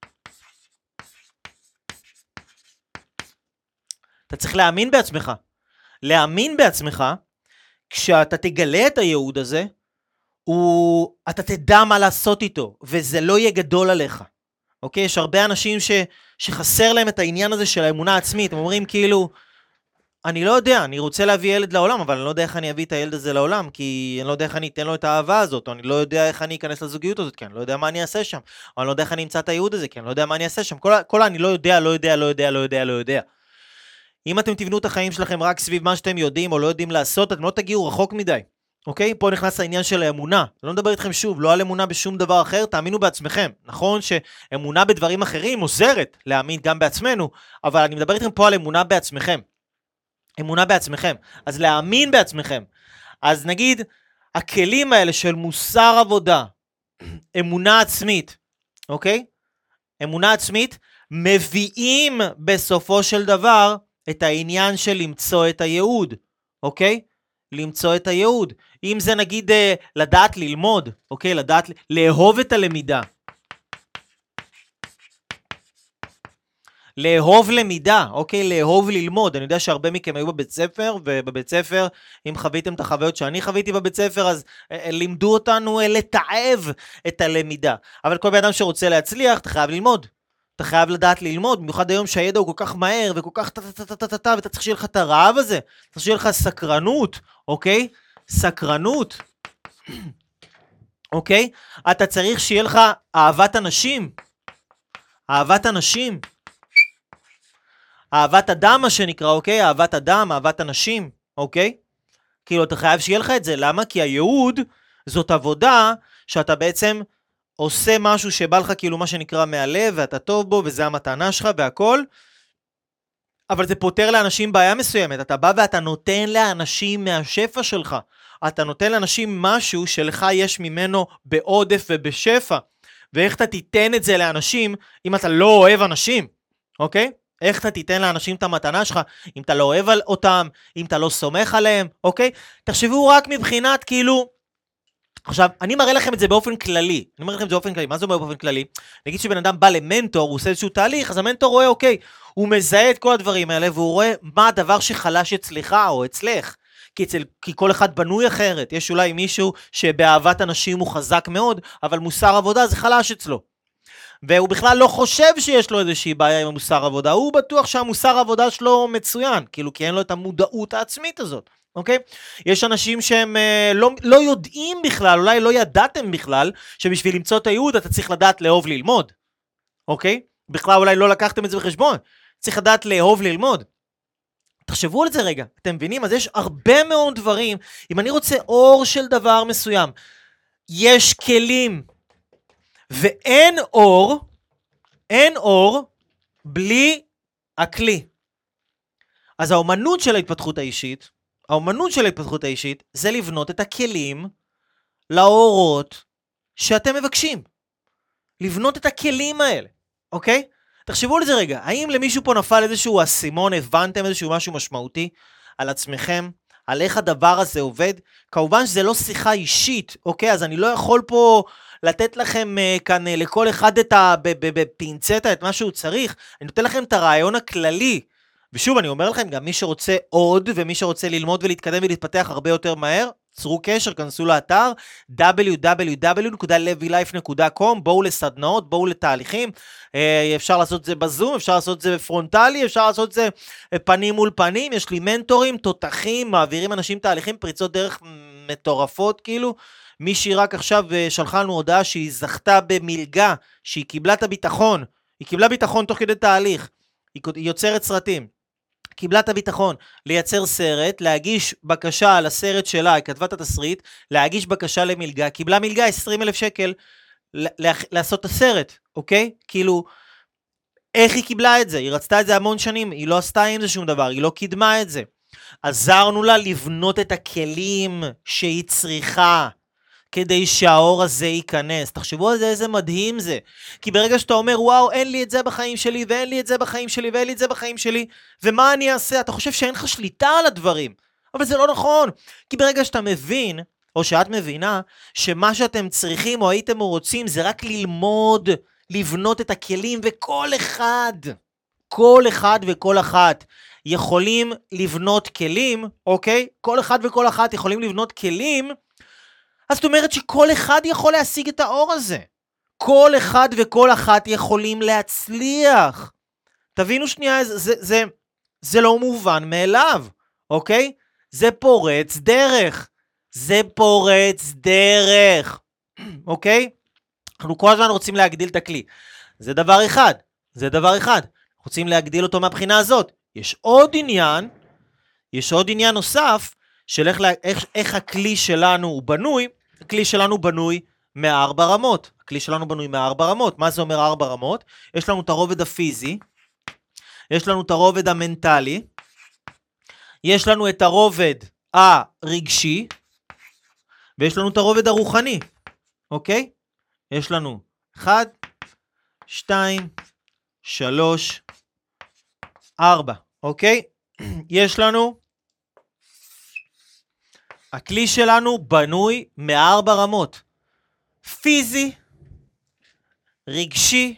אתה צריך להאמין בעצמך. להאמין בעצמך, כשאתה תגלה את הייעוד הזה, הוא, אתה תדע מה לעשות איתו, וזה לא יהיה גדול עליך. אוקיי? יש הרבה אנשים ש, שחסר להם את העניין הזה של האמונה העצמית. הם אומרים כאילו, אני לא יודע, אני רוצה להביא ילד לעולם, אבל אני לא יודע איך אני אביא את הילד הזה לעולם, כי אני לא יודע איך אני אתן לו את האהבה הזאת, או אני לא יודע איך אני אכנס לזוגיות הזאת, כי אני לא יודע מה אני אעשה שם, או אני לא יודע איך אני אמצא את הייעוד הזה, כי אני לא יודע מה אני אעשה שם. כל, כל אני לא יודע, לא יודע, לא יודע, לא יודע, לא יודע. אם אתם תבנו את החיים שלכם רק סביב מה שאתם יודעים או לא יודעים לעשות, אתם לא תגיעו רחוק מדי. אוקיי? פה נכנס העניין של האמונה. אני לא מדבר איתכם שוב, לא על אמונה בשום דבר אחר, תאמינו בעצמכם. נכון שאמונה בדברים אחרים עוזרת להאמין גם בעצמנו, אבל אני מדבר איתכם פה על אמונה בעצמכם. אמונה בעצמכם. אז להאמין בעצמכם. אז נגיד, הכלים האלה של מוסר עבודה, אמונה עצמית, אוקיי? אמונה עצמית, מביאים בסופו של דבר את העניין של למצוא את הייעוד, אוקיי? למצוא את הייעוד. אם זה נגיד אה, לדעת ללמוד, אוקיי? לדעת, לאהוב את הלמידה. לאהוב למידה, אוקיי? לאהוב ללמוד. אני יודע שהרבה מכם היו בבית ספר, ובבית ספר, אם חוויתם את החוויות שאני חוויתי בבית ספר, אז אה, לימדו אותנו אה, לתעב את הלמידה. אבל כל בן אדם שרוצה להצליח, אתה חייב ללמוד. אתה חייב לדעת ללמוד, במיוחד היום שהידע הוא כל כך מהר, וכל כך טה-טה-טה-טה-טה, ואתה צריך שיהיה לך את הרעב הזה, אתה צריך שיהיה לך סקרנות, אוקיי? סקרנות, אוקיי? אתה צריך שיהיה לך אהבת אנשים, אהבת אנשים, אהבת אדם מה שנקרא, אוקיי? אהבת אדם, אהבת אנשים, אוקיי? כאילו אתה חייב שיהיה לך את זה, למה? כי הייעוד זאת עבודה שאתה בעצם עושה משהו שבא לך כאילו מה שנקרא מהלב, ואתה טוב בו, וזה המתנה שלך והכל, אבל זה פותר לאנשים בעיה מסוימת. אתה בא ואתה נותן לאנשים מהשפע שלך, אתה נותן לאנשים משהו שלך יש ממנו בעודף ובשפע, ואיך אתה תיתן את זה לאנשים אם אתה לא אוהב אנשים, אוקיי? איך אתה תיתן לאנשים את המתנה שלך, אם אתה לא אוהב אותם, אם אתה לא סומך עליהם, אוקיי? תחשבו רק מבחינת כאילו, עכשיו, אני מראה לכם את זה באופן כללי, אני מראה לכם את זה באופן כללי, מה זה אומר באופן כללי? נגיד שבן אדם בא למנטור, הוא עושה איזשהו תהליך, אז המנטור רואה, אוקיי, הוא מזהה את כל הדברים האלה, והוא רואה מה הדבר שחלש אצלך או אצלך, כי, אצל, כי כל אחד בנוי אחרת, יש אולי מישהו שבאהבת אנשים הוא חזק מאוד, אבל מוסר עבודה זה חלש אצלו, והוא בכלל לא חושב שיש לו איזושהי בעיה עם המוסר עבודה, הוא בטוח שהמוסר עבודה שלו מצוין, כאילו כי אין לו את המודעות העצמית הזאת. אוקיי? יש אנשים שהם אה, לא, לא יודעים בכלל, אולי לא ידעתם בכלל, שבשביל למצוא את הייעוד אתה צריך לדעת לאהוב ללמוד. אוקיי? בכלל אולי לא לקחתם את זה בחשבון. צריך לדעת לאהוב ללמוד. תחשבו על זה רגע, אתם מבינים? אז יש הרבה מאוד דברים, אם אני רוצה אור של דבר מסוים, יש כלים, ואין אור, אין אור, בלי הכלי. אז האומנות של ההתפתחות האישית, האומנות של ההתפתחות האישית זה לבנות את הכלים לאורות שאתם מבקשים. לבנות את הכלים האלה, אוקיי? תחשבו על זה רגע, האם למישהו פה נפל איזשהו אסימון, הבנתם איזשהו משהו משמעותי על עצמכם, על איך הדבר הזה עובד? כמובן שזה לא שיחה אישית, אוקיי? אז אני לא יכול פה לתת לכם uh, כאן uh, לכל אחד את הפינצטה, את מה שהוא צריך, אני נותן לכם את הרעיון הכללי, ושוב אני אומר לכם, גם מי שרוצה עוד, ומי שרוצה ללמוד ולהתקדם ולהתפתח הרבה יותר מהר, צרו קשר, כנסו לאתר דאבליו דאבליו דאבליו נקודה לוי לייף נקודה קום, בואו לסדנאות, בואו לתהליכים, אפשר לעשות את זה בזום, אפשר לעשות את זה בפרונטלי, אפשר לעשות את זה פנים מול פנים, יש לי מנטורים, תותחים, מעבירים אנשים תהליכים, פריצות דרך מטורפות כאילו, מישהי רק עכשיו שלחה לנו הודעה שהיא זכתה במלגה, שהיא קיבלה את הביטחון, היא קיבלה ביטחון תוך כדי תהליך, היא יוצרת סרטים, קיבלה את הביטחון לייצר סרט, להגיש בקשה על הסרט שלה, היא כתבה את התסריט, להגיש בקשה למלגה, קיבלה מלגה עשרים אלף שקל לעשות את הסרט, אוקיי? כאילו, איך היא קיבלה את זה? היא רצתה את זה המון שנים, היא לא עשתה עם זה שום דבר, היא לא קידמה את זה. עזרנו לה לבנות את הכלים שהיא צריכה, כדי שהאור הזה ייכנס. תחשבו על זה, איזה מדהים זה. כי ברגע שאתה אומר, וואו, אין לי את זה בחיים שלי, ואין לי את זה בחיים שלי, ואין לי את זה בחיים שלי, ומה אני אעשה? אתה חושב שאין לך שליטה על הדברים. אבל זה לא נכון. כי ברגע שאתה מבין, או שאת מבינה, שמה שאתם צריכים או הייתם רוצים, זה רק ללמוד, לבנות את הכלים, וכל אחד, כל אחד וכל אחת, יכולים לבנות כלים, אוקיי? כל אחד וכל אחת יכולים לבנות כלים, אז זאת אומרת שכל אחד יכול להשיג את האור הזה. כל אחד וכל אחת יכולים להצליח. תבינו שנייה, זה, זה, זה, זה לא מובן מאליו, אוקיי? זה פורץ דרך. זה פורץ דרך, אוקיי? אנחנו כל הזמן רוצים להגדיל את הכלי. זה דבר אחד, זה דבר אחד. רוצים להגדיל אותו מהבחינה הזאת. יש עוד עניין, יש עוד עניין נוסף, של איך, איך, איך הכלי שלנו הוא בנוי. הכלי שלנו בנוי מארבע רמות. הכלי שלנו בנוי מארבע רמות. מה זה אומר ארבע רמות? יש לנו את הרובד הפיזי, יש לנו את הרובד המנטלי, יש לנו את הרובד הרגשי, ויש לנו את הרובד הרוחני. אוקיי? יש לנו אחד, שתיים, שלוש, ארבע. אוקיי? יש לנו הכלי שלנו בנוי מארבע רמות. פיזי, רגשי,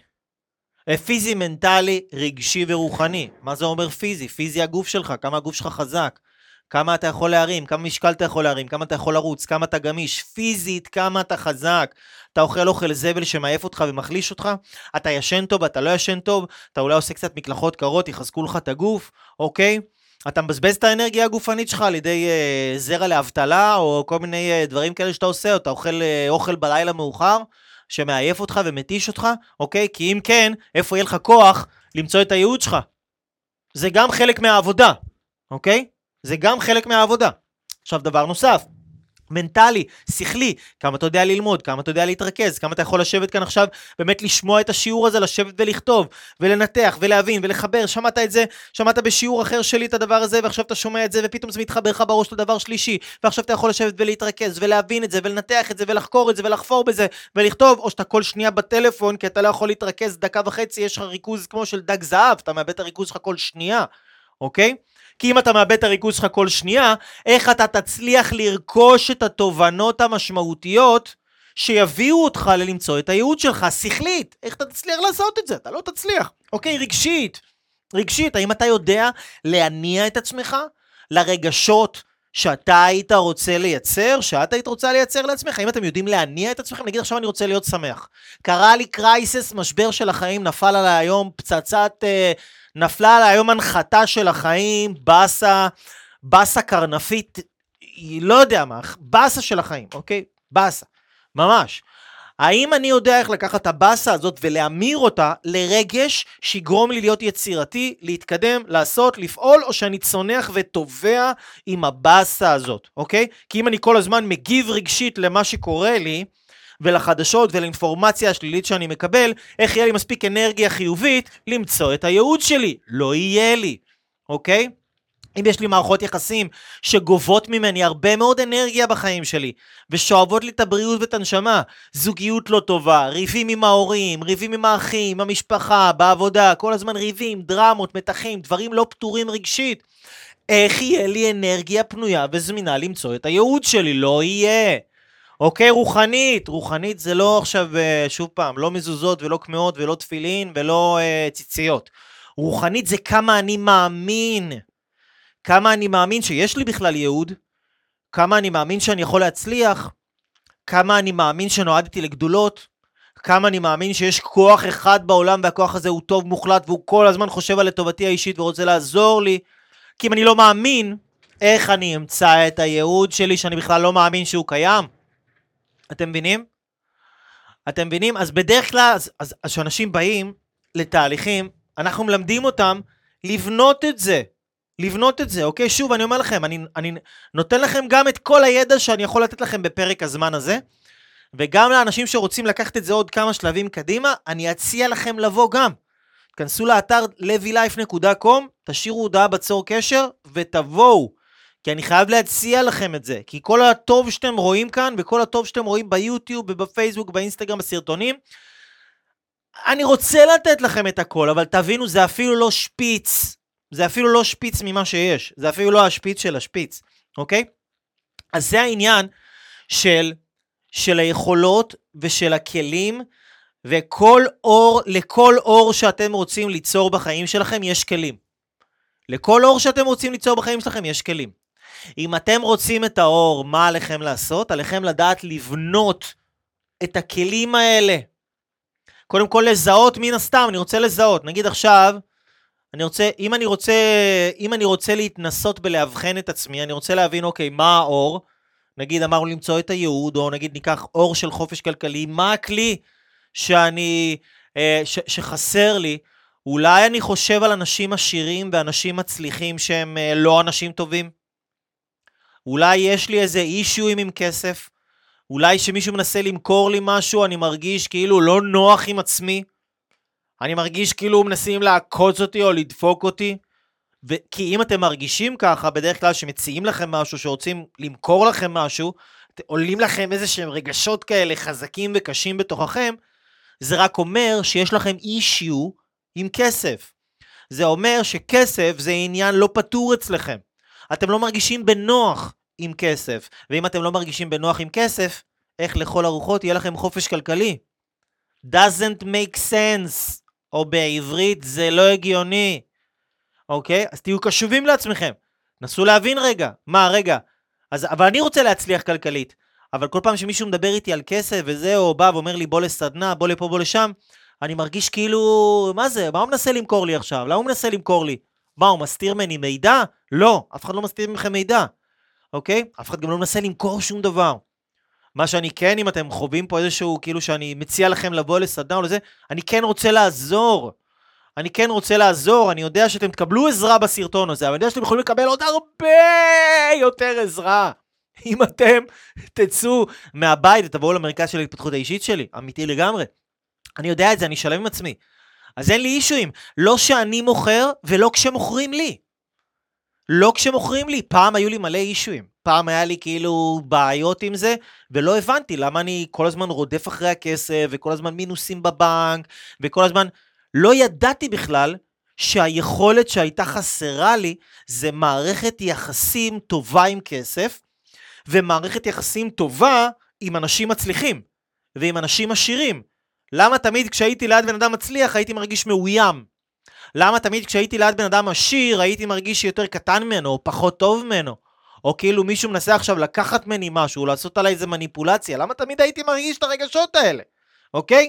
פיזי, מנטלי, רגשי ורוחני. מה זה אומר פיזי? פיזי הגוף שלך, כמה הגוף שלך חזק, כמה אתה יכול להרים, כמה משקל אתה יכול להרים, כמה אתה יכול לרוץ, כמה אתה גמיש, פיזית, כמה אתה חזק. אתה אוכל אוכל זבל שמעייף אותך ומחליש אותך, אתה ישן טוב, אתה לא ישן טוב, אתה אולי עושה קצת מקלחות קרות, יחזקו לך את הגוף, אוקיי? אתה מבזבז את האנרגיה הגופנית שלך על ידי אה, זרע להבטלה, או כל מיני אה, דברים כאלה שאתה עושה, או אתה אוכל אה, אוכל בלילה מאוחר, שמעייף אותך ומתיש אותך, אוקיי? כי אם כן, איפה יהיה לך כוח למצוא את הייעוד שלך? זה גם חלק מהעבודה, אוקיי? זה גם חלק מהעבודה. עכשיו דבר נוסף, מנטלי, שכלי, כמה אתה יודע ללמוד, כמה אתה יודע להתרכז, כמה אתה יכול לשבת כאן עכשיו, באמת לשמוע את השיעור הזה, לשבת ולכתוב, ולנתח, ולהבין, ולחבר, שמעת את זה, שמעת בשיעור אחר שלי את הדבר הזה, ועכשיו אתה שומע את זה, ופתאום זה מתחבר לך בראש לדבר שלישי, ועכשיו אתה יכול לשבת ולהתרכז, ולהבין את זה, ולנתח את זה, ולחקור את זה, ולחפור בזה, ולכתוב, או שאתה כל שנייה בטלפון, כי אתה לא יכול להתרכז דקה וחצי, יש לך ריכוז כמו של דג זהב, אתה מאבד את הריכוז שלך כל שנייה, אוקיי? כי אם אתה מאבד את הריכוז שלך כל שנייה, איך אתה תצליח לרכוש את התובנות המשמעותיות שיביאו אותך ללמצוא את הייעוד שלך, שכלית. איך אתה תצליח לעשות את זה? אתה לא תצליח. אוקיי, רגשית. רגשית, האם אתה יודע להניע את עצמך לרגשות שאתה היית רוצה לייצר, שאת היית רוצה לייצר לעצמך? האם אתם יודעים להניע את עצמכם? נגיד עכשיו אני רוצה להיות שמח. קרה לי קרייסס, משבר של החיים, נפל עליי היום פצצת... אה, נפלה על היום הנחתה של החיים, בסה, בסה קרנפית, לא יודע מה, בסה של החיים, אוקיי? בסה, ממש. האם אני יודע איך לקחת את הבסה הזאת ולהמיר אותה לרגש שיגרום לי להיות יצירתי, להתקדם, לעשות, לפעול, או שאני צונח וטובע עם הבסה הזאת, אוקיי? כי אם אני כל הזמן מגיב רגשית למה שקורה לי, ולחדשות ולאינפורמציה השלילית שאני מקבל, איך יהיה לי מספיק אנרגיה חיובית למצוא את הייעוד שלי? לא יהיה לי, אוקיי? אם יש לי מערכות יחסים שגובות ממני הרבה מאוד אנרגיה בחיים שלי, ושואבות לי את הבריאות ואת הנשמה, זוגיות לא טובה, ריבים עם ההורים, ריבים עם האחים, עם המשפחה, בעבודה, כל הזמן ריבים, דרמות, מתחים, דברים לא פתורים רגשית, איך יהיה לי אנרגיה פנויה וזמינה למצוא את הייעוד שלי? לא יהיה. אוקיי, רוחנית, רוחנית זה לא עכשיו, שוב פעם, לא מזוזות ולא כמאות ולא תפילין ולא uh, ציציות. רוחנית זה כמה אני מאמין, כמה אני מאמין שיש לי בכלל ייעוד, כמה אני מאמין שאני יכול להצליח, כמה אני מאמין שנועדתי לגדולות, כמה אני מאמין שיש כוח אחד בעולם והכוח הזה הוא טוב מוחלט והוא כל הזמן חושב על לטובתי האישית ורוצה לעזור לי, כי אם אני לא מאמין, איך אני אמצא את הייעוד שלי שאני בכלל לא מאמין שהוא קיים? אתם מבינים? אתם מבינים? אז בדרך כלל, אז, אז, אז שאנשים באים לתהליכים, אנחנו מלמדים אותם לבנות את זה. לבנות את זה, אוקיי? שוב, אני אומר לכם, אני, אני נותן לכם גם את כל הידע שאני יכול לתת לכם בפרק הזמן הזה, וגם לאנשים שרוצים לקחת את זה עוד כמה שלבים קדימה, אני אציע לכם לבוא גם. כנסו לאתר לוי לייף דוט קום, תשאירו הודעה בצור קשר, ותבואו. כי אני חייב להציע לכם את זה, כי כל הטוב שאתם רואים כאן, וכל הטוב שאתם רואים ביוטיוב, ובפייסבוק, באינסטגרם, בסרטונים, אני רוצה לתת לכם את הכל, אבל תבינו, זה אפילו לא שפיץ, זה אפילו לא שפיץ ממה שיש, זה אפילו לא השפיץ של השפיץ, אוקיי? אז זה העניין של, של היכולות ושל הכלים, וכל אור, לכל אור שאתם רוצים ליצור בחיים שלכם, יש כלים. לכל אור שאתם רוצים ליצור בחיים שלכם, יש כלים. אם אתם רוצים את האור, מה עליכם לעשות? עליכם לדעת לבנות את הכלים האלה. קודם כל לזהות מן הסתם, אני רוצה לזהות. נגיד עכשיו, אני רוצה, אם אני רוצה, אם אני רוצה להתנסות בלהבחן את עצמי, אני רוצה להבין, אוקיי, מה האור? נגיד אמרנו למצוא את הייעוד, או נגיד ניקח אור של חופש כלכלי, מה הכלי שאני, ש, שחסר לי? אולי אני חושב על אנשים עשירים ואנשים מצליחים שהם לא אנשים טובים? אולי יש לי איזה אישויים עם כסף? אולי שמישהו מנסה למכור לי משהו, אני מרגיש כאילו לא נוח עם עצמי? אני מרגיש כאילו מנסים לעקוץ אותי או לדפוק אותי? ו- כי אם אתם מרגישים ככה, בדרך כלל שמציעים לכם משהו, שרוצים למכור לכם משהו, עולים לכם איזה שהם רגשות כאלה חזקים וקשים בתוככם, זה רק אומר שיש לכם אישיו עם כסף. זה אומר שכסף זה עניין לא פתור אצלכם. אתם לא מרגישים בנוח עם כסף, ואם אתם לא מרגישים בנוח עם כסף, איך לכל הרוחות יהיה לכם חופש כלכלי? doesn't make sense, או בעברית זה לא הגיוני, אוקיי? אז תהיו קשובים לעצמכם, נסו להבין רגע, מה רגע, אז, אבל אני רוצה להצליח כלכלית, אבל כל פעם שמישהו מדבר איתי על כסף וזה, או בא ואומר לי בוא לסדנה, בוא לפה, בוא לשם, אני מרגיש כאילו, מה זה? מה הוא מנסה למכור לי עכשיו? למה הוא מנסה למכור לי? מה, הוא מסתיר ממני מידע? לא, אף אחד לא מסתיר מכם מידע, אוקיי? אף אחד גם לא מנסה למכור שום דבר. מה שאני כן, אם אתם חווים פה איזשהו, כאילו שאני מציע לכם לבוא לסדנה או לזה, אני כן רוצה לעזור. אני כן רוצה לעזור, אני יודע שאתם תקבלו עזרה בסרטון הזה, אבל אני יודע שאתם יכולים לקבל עוד הרבה יותר עזרה. אם אתם תצאו מהבית ותבואו למרכז של ההתפתחות האישית שלי, אמיתי לגמרי. אני יודע את זה, אני שלם עם עצמי. אז אין לי אישויים, לא שאני מוכר ולא כשמוכרים לי. לא כשמוכרים לי, פעם היו לי מלא אישויים. פעם היה לי כאילו בעיות עם זה, ולא הבנתי למה אני כל הזמן רודף אחרי הכסף, וכל הזמן מינוסים בבנק, וכל הזמן לא ידעתי בכלל שהיכולת שהייתה חסרה לי, זה מערכת יחסים טובה עם כסף, ומערכת יחסים טובה עם אנשים מצליחים, ועם אנשים עשירים. למה תמיד כשהייתי ליד בן אדם מצליח, הייתי מרגיש מאוים? למה תמיד כשהייתי ליד בן אדם עשיר, הייתי מרגיש יותר קטן ממנו, או פחות טוב ממנו? או כאילו מישהו מנסה עכשיו לקחת ממני משהו, או לעשות עליי איזה מניפולציה, למה תמיד הייתי מרגיש את הרגשות האלה? אוקיי?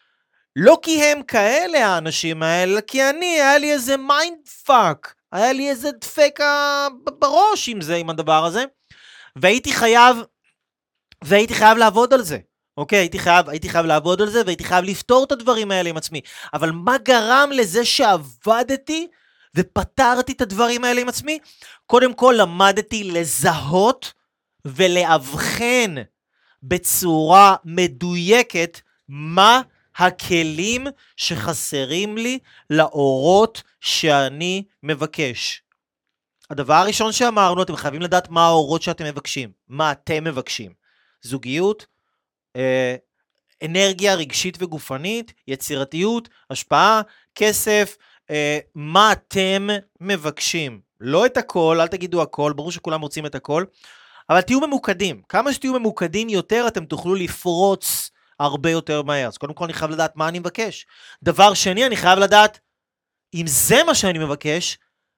לא כי הם כאלה האנשים האלה, כי אני, היה לי איזה מיינד פאק, היה לי איזה דפק בראש עם זה, עם הדבר הזה, והייתי חייב, והייתי חייב לעבוד על זה. אוקיי, הייתי חייב, הייתי חייב לעבוד על זה, והייתי חייב לפתור את הדברים האלה עם עצמי. אבל מה גרם לזה שעבדתי ופתרתי את הדברים האלה עם עצמי? קודם כל למדתי לזהות ולהבחן בצורה מדויקת מה הכלים שחסרים לי לאורות שאני מבקש. הדבר הראשון שאמרנו, אתם חייבים לדעת מה האורות שאתם מבקשים, מה אתם מבקשים. זוגיות, אה, אנרגיה רגשית וגופנית, יצירתיות, השפעה, כסף, אה, מה אתם מבקשים. לא את הכל, אל תגידו הכל, ברור שכולם רוצים את הכל, אבל תהיו ממוקדים. כמה שתהיו ממוקדים יותר, אתם תוכלו לפרוץ הרבה יותר מהר. אז קודם כל אני חייב לדעת מה אני מבקש. דבר שני, אני חייב לדעת, אם זה מה שאני מבקש,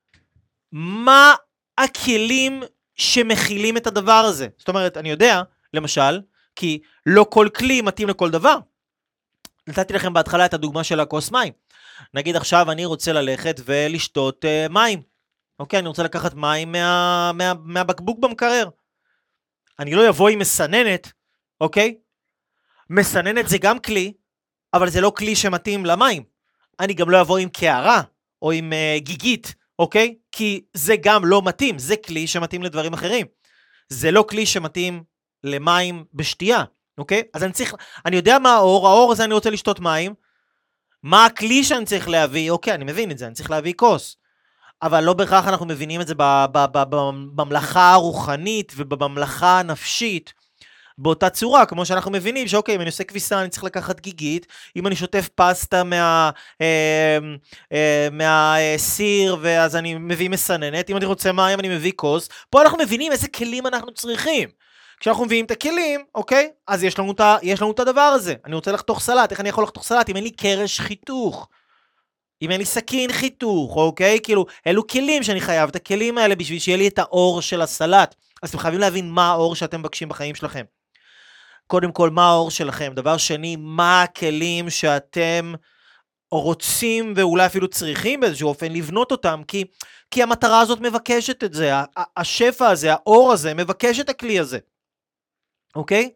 מה הכלים שמכילים את הדבר הזה. זאת אומרת, אני יודע, למשל, כי לא כל כלי מתאים לכל דבר. נתתי לכם בהתחלה את הדוגמה של הכוס מים. נגיד עכשיו אני רוצה ללכת ולשתות uh, מים. אוקיי, אני רוצה לקחת מים מה, מה, מהבקבוק במקרר. אני לא אבוא עם מסננת, אוקיי? מסננת זה גם כלי, אבל זה לא כלי שמתאים למים. אני גם לא אבוא עם קערה, או עם uh, גיגית, אוקיי? כי זה גם לא מתאים, זה כלי שמתאים לדברים אחרים. זה לא כלי שמתאים למים בשתייה, אוקיי? אז אני צריך, אני יודע מה האור, האור הזה אני רוצה לשתות מים, מה הכלי שאני צריך להביא, אוקיי, אני מבין את זה, אני צריך להביא כוס. אבל לא בהכרח אנחנו מבינים את זה בממלכה הרוחנית ובממלכה הנפשית, באותה צורה, כמו שאנחנו מבינים שאוקיי, אם אני עושה כביסה אני צריך לקחת גיגית, אם אני שוטף פסטה מה, אה, אה, מהסיר, ואז אני מביא מסננת, אם אני רוצה מים אני מביא כוס, פה אנחנו מבינים איזה כלים אנחנו צריכים. כשאנחנו מביאים את הכלים, אוקיי, אז יש לנו, יש לנו את הדבר הזה. אני רוצה לחתוך סלט, איך אני יכול לחתוך סלט אם אין לי קרש חיתוך? אם אין לי סכין חיתוך, אוקיי? כאילו, אלו כלים שאני חייב את הכלים האלה בשביל שיהיה לי את האור של הסלט. אז אתם חייבים להבין מה האור שאתם מבקשים בחיים שלכם. קודם כל, מה האור שלכם? דבר שני, מה הכלים שאתם רוצים ואולי אפילו צריכים באיזשהו אופן לבנות אותם, כי, כי המטרה הזאת מבקשת את זה, השפע הזה, האור הזה, מבקש את הכלי הזה. אוקיי?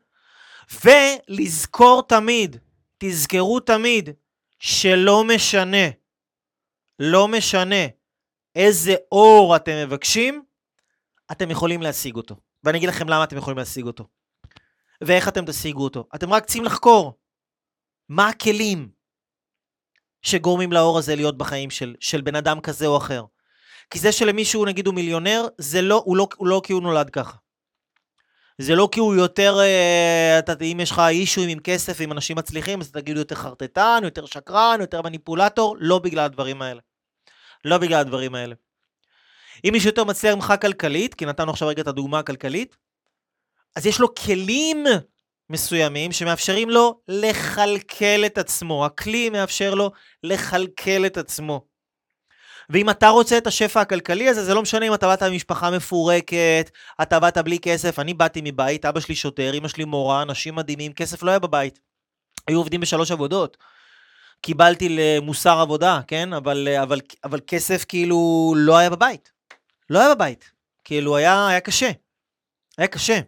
ולזכור תמיד, תזכרו תמיד, שלא משנה, לא משנה איזה אור אתם מבקשים, אתם יכולים להשיג אותו. ואני אגיד לכם למה אתם יכולים להשיג אותו. ואיך אתם תשיגו אותו. אתם רק צריכים לחקור. מה הכלים שגורמים לאור הזה להיות בחיים של, של בן אדם כזה או אחר. כי זה שלמישהו נגיד הוא מיליונר, זה לא, הוא לא, הוא לא כי הוא נולד ככה. זה לא כי הוא יותר, אתה, אם יש לך אישו עם כסף, עם אנשים מצליחים, אז תגידו יותר חרטטן, יותר שקרן, יותר מניפולטור, לא בגלל הדברים האלה. לא בגלל הדברים האלה. אם מישהו יותר מצליח ממך כלכלית, כי נתנו עכשיו רגע את הדוגמה הכלכלית, אז יש לו כלים מסוימים שמאפשרים לו לחלקל את עצמו. הכלי מאפשר לו לחלקל את עצמו. ואם אתה רוצה את השפע הכלכלי הזה, זה לא משנה אם אתה באת ממשפחה מפורקת, אתה באת בלי כסף, אני באתי מבית, אבא שלי שוטר, אמא שלי מורה, אנשים מדהימים, כסף לא היה בבית. היו עובדים בשלוש עבודות. קיבלתי למוסר עבודה, כן? אבל, אבל, אבל כסף כאילו לא היה בבית. לא היה בבית. כאילו היה, היה קשה. היה קשה.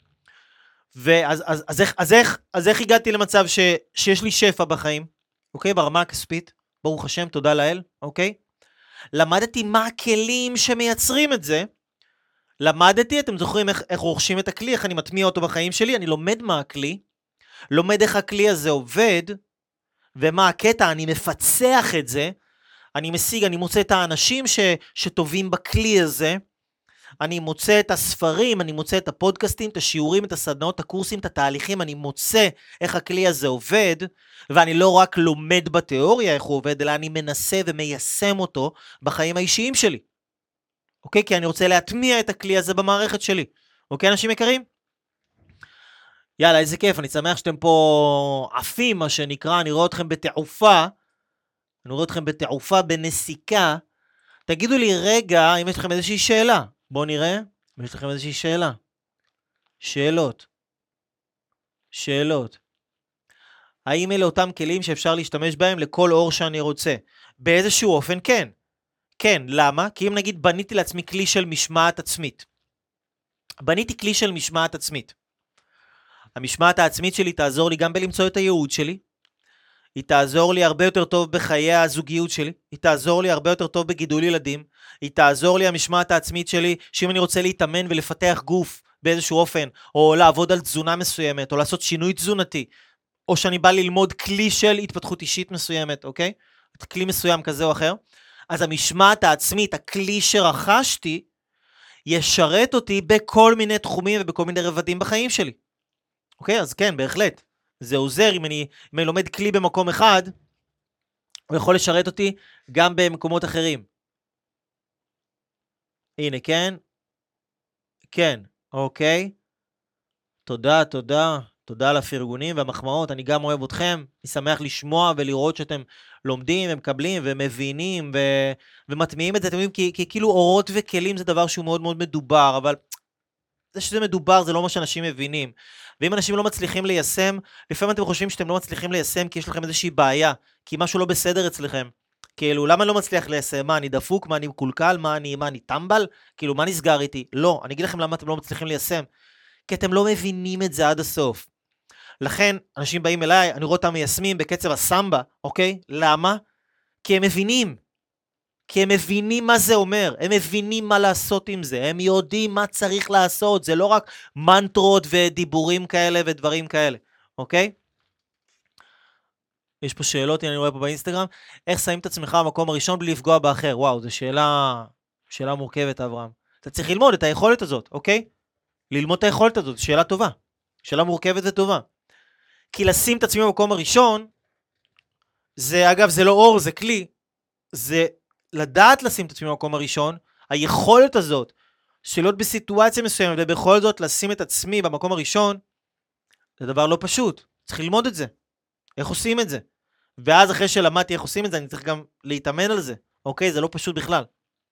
ואז, אז, אז, איך, אז, איך, אז איך הגעתי למצב ש, שיש לי שפע בחיים? אוקיי? ברמה הכספית. ברוך השם, תודה לאל. אוקיי? למדתי מה הכלים שמייצרים את זה. למדתי, אתם זוכרים איך, איך רוכשים את הכלי, איך אני מטמיע אותו בחיים שלי? אני לומד מה הכלי. לומד איך הכלי הזה עובד. ומה הקטע? אני מפצח את זה. אני משיג, אני מוצא את האנשים ש, שטובים בכלי הזה. אני מוצא את הספרים, אני מוצא את הפודקאסטים, את השיעורים, את הסדנאות, את הקורסים, את התהליכים, אני מוצא איך הכלי הזה עובד, ואני לא רק לומד בתיאוריה איך הוא עובד, אלא אני מנסה ומיישם אותו בחיים האישיים שלי. אוקיי? כי אני רוצה להטמיע את הכלי הזה במערכת שלי. אוקיי, אנשים יקרים? יאללה, איזה כיף, אני שמח שאתם פה עפים, מה שנקרא, אני רואה אתכם בתעופה, אני רואה אתכם בתעופה, בנסיקה. תגידו לי רגע, אם יש לכם איזושהי שאלה. בואו נראה, אם יש לכם איזושהי שאלה. שאלות. שאלות. האם אלה אותם כלים שאפשר להשתמש בהם לכל אור שאני רוצה? באיזשהו אופן כן. כן, למה? כי אם נגיד בניתי לעצמי כלי של משמעת עצמית. בניתי כלי של משמעת עצמית. המשמעת העצמית שלי תעזור לי גם בלמצוא את הייעוד שלי. היא תעזור לי הרבה יותר טוב בחיי הזוגיות שלי. היא תעזור לי הרבה יותר טוב בגידול ילדים. היא תעזור לי המשמעת העצמית שלי, שאם אני רוצה להתאמן ולפתח גוף באיזשהו אופן, או לעבוד על תזונה מסוימת, או לעשות שינוי תזונתי, או שאני בא ללמוד כלי של התפתחות אישית מסוימת, אוקיי? כלי מסוים כזה או אחר. אז המשמעת העצמית, הכלי שרכשתי, ישרת אותי בכל מיני תחומים ובכל מיני רבדים בחיים שלי. אוקיי? אז כן, בהחלט. זה עוזר אם אני, אם אני לומד כלי במקום אחד, הוא יכול לשרת אותי גם במקומות אחרים. הנה, כן? כן, אוקיי. תודה, תודה. תודה על הפרגונים והמחמאות, אני גם אוהב אתכם, אני שמח לשמוע ולראות שאתם לומדים ומקבלים ומבינים ו... ומטמיעים את זה, אתם יודעים, כי, כי כאילו אורות וכלים זה דבר שהוא מאוד מאוד מדובר, אבל זה שזה מדובר זה לא מה שאנשים מבינים, ואם אנשים לא מצליחים ליישם, לפעמים אתם חושבים שאתם לא מצליחים ליישם כי יש לכם איזושהי בעיה, כי משהו לא בסדר אצלכם, כאילו למה אני לא מצליח ליישם, מה אני דפוק, מה אני מקולקל, מה אני, מה אני טמבל, כאילו מה נסגר איתי, לא, אני אגיד לכם למה אתם לא מצליחים ליישם, כי אתם לא מבינים את זה עד הסוף. לכן, אנשים באים אליי, אני רואה אותם מיישמים בקצב הסמבה, אוקיי? למה? כי הם מבינים. כי הם מבינים מה זה אומר, הם מבינים מה לעשות עם זה, הם יודעים מה צריך לעשות, זה לא רק מנטרות ודיבורים כאלה ודברים כאלה, אוקיי? יש פה שאלות, אני רואה פה באינסטגרם, איך שמים את עצמך במקום הראשון בלי לפגוע באחר? וואו, זו שאלה, שאלה מורכבת, אברהם. אתה צריך ללמוד את היכולת הזאת, אוקיי? ללמוד את היכולת הזאת, שאלה טובה. שאלה מורכבת וטובה. כי לשים את עצמי במקום הראשון, זה אגב, זה לא אור, זה כלי, זה לדעת לשים את עצמי במקום הראשון, היכולת הזאת, של להיות בסיטואציה מסוימת, ובכל זאת לשים את עצמי במקום הראשון, זה דבר לא פשוט, צריך ללמוד את זה, איך עושים את זה, ואז אחרי שלמדתי איך עושים את זה, אני צריך גם להתאמן על זה, אוקיי? זה לא פשוט בכלל.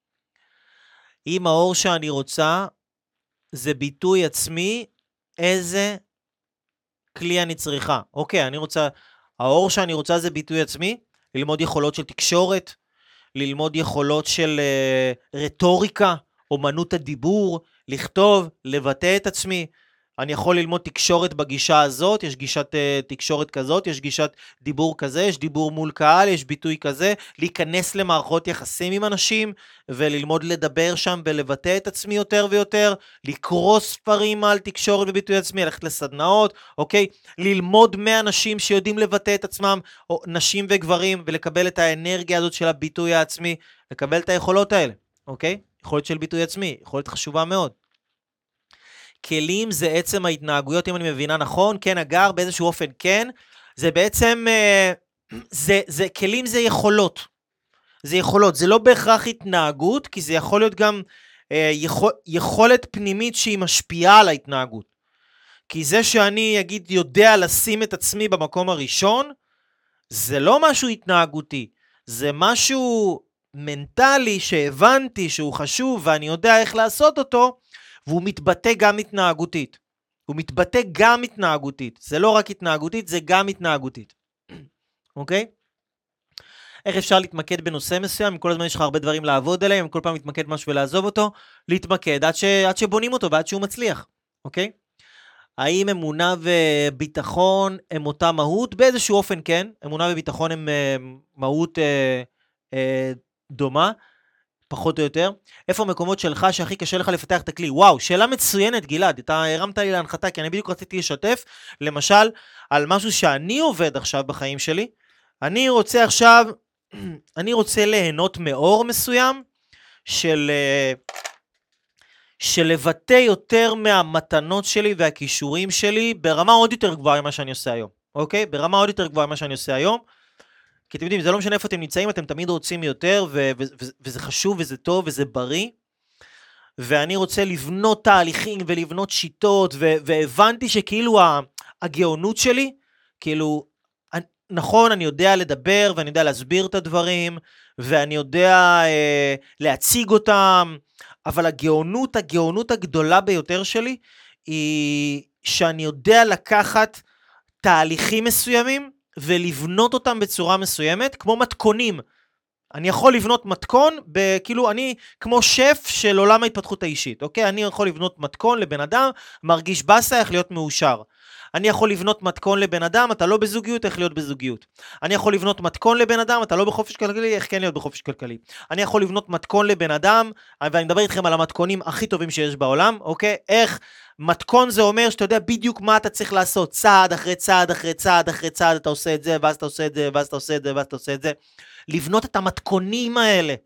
אם האור שאני רוצה, זה ביטוי עצמי, איזה כלי אני צריכה. אוקיי, אני רוצה, האור שאני רוצה זה ביטוי עצמי, ללמוד יכולות של תקשורת, ללמוד יכולות של uh, רטוריקה, אומנות הדיבור, לכתוב, לבטא את עצמי. אני יכול ללמוד תקשורת בגישה הזאת, יש גישת uh, תקשורת כזאת, יש גישת דיבור כזה, יש דיבור מול קהל, יש ביטוי כזה, להיכנס למערכות יחסים עם אנשים, וללמוד לדבר שם ולבטא את עצמי יותר ויותר, לקרוא ספרים על תקשורת וביטוי עצמי, ללכת לסדנאות, אוקיי? ללמוד מאנשים שיודעים לבטא את עצמם, או נשים וגברים, ולקבל את האנרגיה הזאת של הביטוי העצמי, לקבל את היכולות האלה, אוקיי? יכולת של ביטוי עצמי, יכולת חשובה מאוד. כלים זה עצם ההתנהגויות, אם אני מבינה נכון, כן אגר, באיזשהו אופן כן, זה בעצם, זה, זה, כלים זה יכולות, זה יכולות, זה לא בהכרח התנהגות, כי זה יכול להיות גם יכול, יכולת פנימית שהיא משפיעה על ההתנהגות, כי זה שאני אגיד יודע לשים את עצמי במקום הראשון, זה לא משהו התנהגותי, זה משהו מנטלי שהבנתי שהוא חשוב, ואני יודע איך לעשות אותו, והוא מתבטא גם התנהגותית. הוא מתבטא גם התנהגותית. זה לא רק התנהגותית, זה גם התנהגותית. אוקיי? איך אפשר להתמקד בנושא מסוים? כל הזמן יש לך הרבה דברים לעבוד עליהם, כל פעם להתמקד משהו ולעזוב אותו, להתמקד עד, ש... עד שבונים אותו ועד שהוא מצליח. אוקיי? האם אמונה וביטחון הם אותה מהות? באיזשהו אופן כן. אמונה וביטחון הם uh, מהות uh, uh, דומה. פחות או יותר, איפה המקומות שלך שהכי קשה לך לפתח את הכלי? וואו, שאלה מצוינת גלעד, אתה הרמת לי להנחתה, כי אני בדיוק רציתי לשתף, למשל, על משהו שאני עובד עכשיו בחיים שלי, אני רוצה עכשיו, אני רוצה ליהנות מאור מסוים, של, של לבטא יותר מהמתנות שלי והכישורים שלי, ברמה עוד יותר גבוהה ממה שאני עושה היום, אוקיי? ברמה עוד יותר גבוהה ממה שאני עושה היום, כי אתם יודעים, זה לא משנה איפה אתם נמצאים, אתם תמיד רוצים יותר, ו- ו- ו- וזה חשוב, וזה טוב, וזה בריא, ואני רוצה לבנות תהליכים, ולבנות שיטות, ו- והבנתי שכאילו הגאונות שלי, כאילו, נכון, אני יודע לדבר, ואני יודע להסביר את הדברים, ואני יודע אה, להציג אותם, אבל הגאונות, הגאונות הגדולה ביותר שלי, היא שאני יודע לקחת תהליכים מסוימים, ולבנות אותם בצורה מסוימת, כמו מתכונים. אני יכול לבנות מתכון, כאילו אני כמו שף של עולם ההתפתחות האישית, אוקיי? אני יכול לבנות מתכון לבן אדם, מרגיש בסה, איך להיות מאושר. אני יכול לבנות מתכון לבן אדם, אתה לא בזוגיות, איך להיות בזוגיות. אני יכול לבנות מתכון לבן אדם, אתה לא בחופש כלכלי, איך כן להיות בחופש כלכלי. אני יכול לבנות מתכון לבן אדם, ואני מדבר איתכם על המתכונים הכי טובים שיש בעולם, אוקיי? איך מתכון זה אומר שאתה יודע בדיוק מה אתה צריך לעשות, צעד אחרי צעד אחרי צעד אחרי צעד, אתה עושה את זה, ואז אתה עושה את זה, ואז אתה עושה את זה, ואז אתה עושה את זה. לבנות את המתכונים האלה,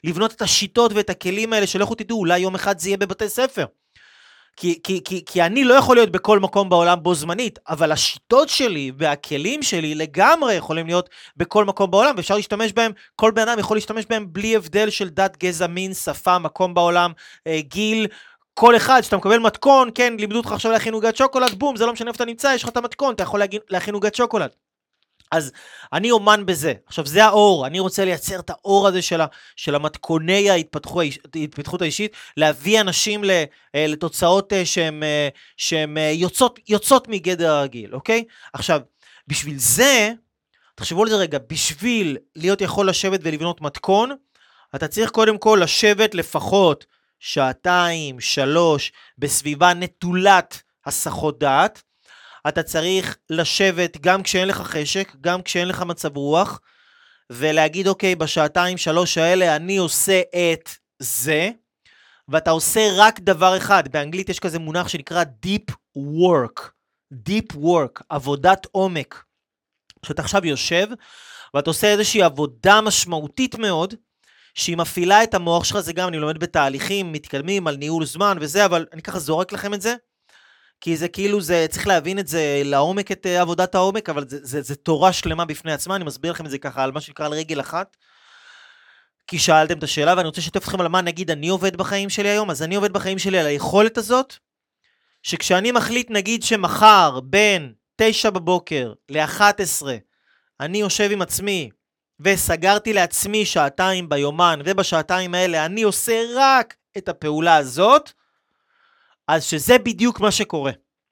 לבנות את השיטות ואת הכלים האלה, שלכו תדעו, אולי יום אחד זה יהיה בבתי ספר. כי, כי, כי, כי אני לא יכול להיות בכל מקום בעולם בו זמנית, אבל השיטות שלי והכלים שלי לגמרי יכולים להיות בכל מקום בעולם, ואפשר להשתמש בהם, כל בן אדם יכול להשתמש בהם בלי הבדל של דת, גזע, מין, שפה, מקום בעולם, גיל, כל אחד שאתה מקבל מתכון, כן, לימדו אותך עכשיו להכין עוגת שוקולד, בום, זה לא משנה איפה אתה נמצא, יש לך את המתכון, אתה יכול להכין עוגת שוקולד. אז אני אומן בזה. עכשיו זה האור, אני רוצה לייצר את האור הזה של, ה, של המתכוני ההתפתחות האישית, להביא אנשים לתוצאות שהן יוצאות, יוצאות מגדר הרגיל, אוקיי? עכשיו, בשביל זה, תחשבו על זה רגע, בשביל להיות יכול לשבת ולבנות מתכון, אתה צריך קודם כל לשבת לפחות שעתיים, שלוש, בסביבה נטולת הסחות דעת, אתה צריך לשבת גם כשאין לך חשק, גם כשאין לך מצב רוח, ולהגיד, אוקיי, בשעתיים, שלוש האלה, אני עושה את זה, ואתה עושה רק דבר אחד. באנגלית יש כזה מונח שנקרא Deep Work. Deep Work, עבודת עומק. שאתה עכשיו יושב, ואתה עושה איזושהי עבודה משמעותית מאוד, שהיא מפעילה את המוח שלך, זה גם אני לומד בתהליכים, מתקדמים על ניהול זמן וזה, אבל אני ככה זורק לכם את זה, כי זה כאילו, זה, צריך להבין את זה לעומק, את עבודת העומק, אבל זה, זה, זה תורה שלמה בפני עצמה, אני מסביר לכם את זה ככה, על מה שנקרא על רגל אחת, כי שאלתם את השאלה, ואני רוצה לשתף אתכם על מה נגיד אני עובד בחיים שלי היום, אז אני עובד בחיים שלי על היכולת הזאת, שכשאני מחליט נגיד שמחר, בין תשע בבוקר ל-אחת עשרה, אני יושב עם עצמי, וסגרתי לעצמי שעתיים ביומן, ובשעתיים האלה אני עושה רק את הפעולה הזאת, אז שזה בדיוק מה שקורה.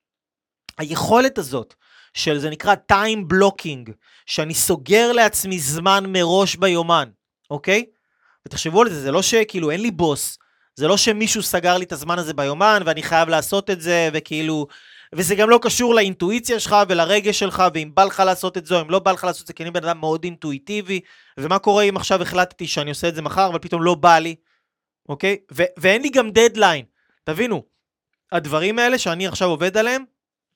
היכולת הזאת, של זה נקרא time blocking, שאני סוגר לעצמי זמן מראש ביומן, אוקיי? ותחשבו על זה, זה לא שכאילו אין לי בוס, זה לא שמישהו סגר לי את הזמן הזה ביומן, ואני חייב לעשות את זה, וכאילו, וזה גם לא קשור לאינטואיציה שלך ולרגש שלך, ואם בא לך לעשות את זה, או אם לא בא לך לעשות את זה, כי אני בן אדם מאוד אינטואיטיבי, ומה קורה אם עכשיו החלטתי שאני עושה את זה מחר, אבל פתאום לא בא לי, אוקיי? ו- ואין לי גם דדליין, תבינו, הדברים האלה שאני עכשיו עובד עליהם,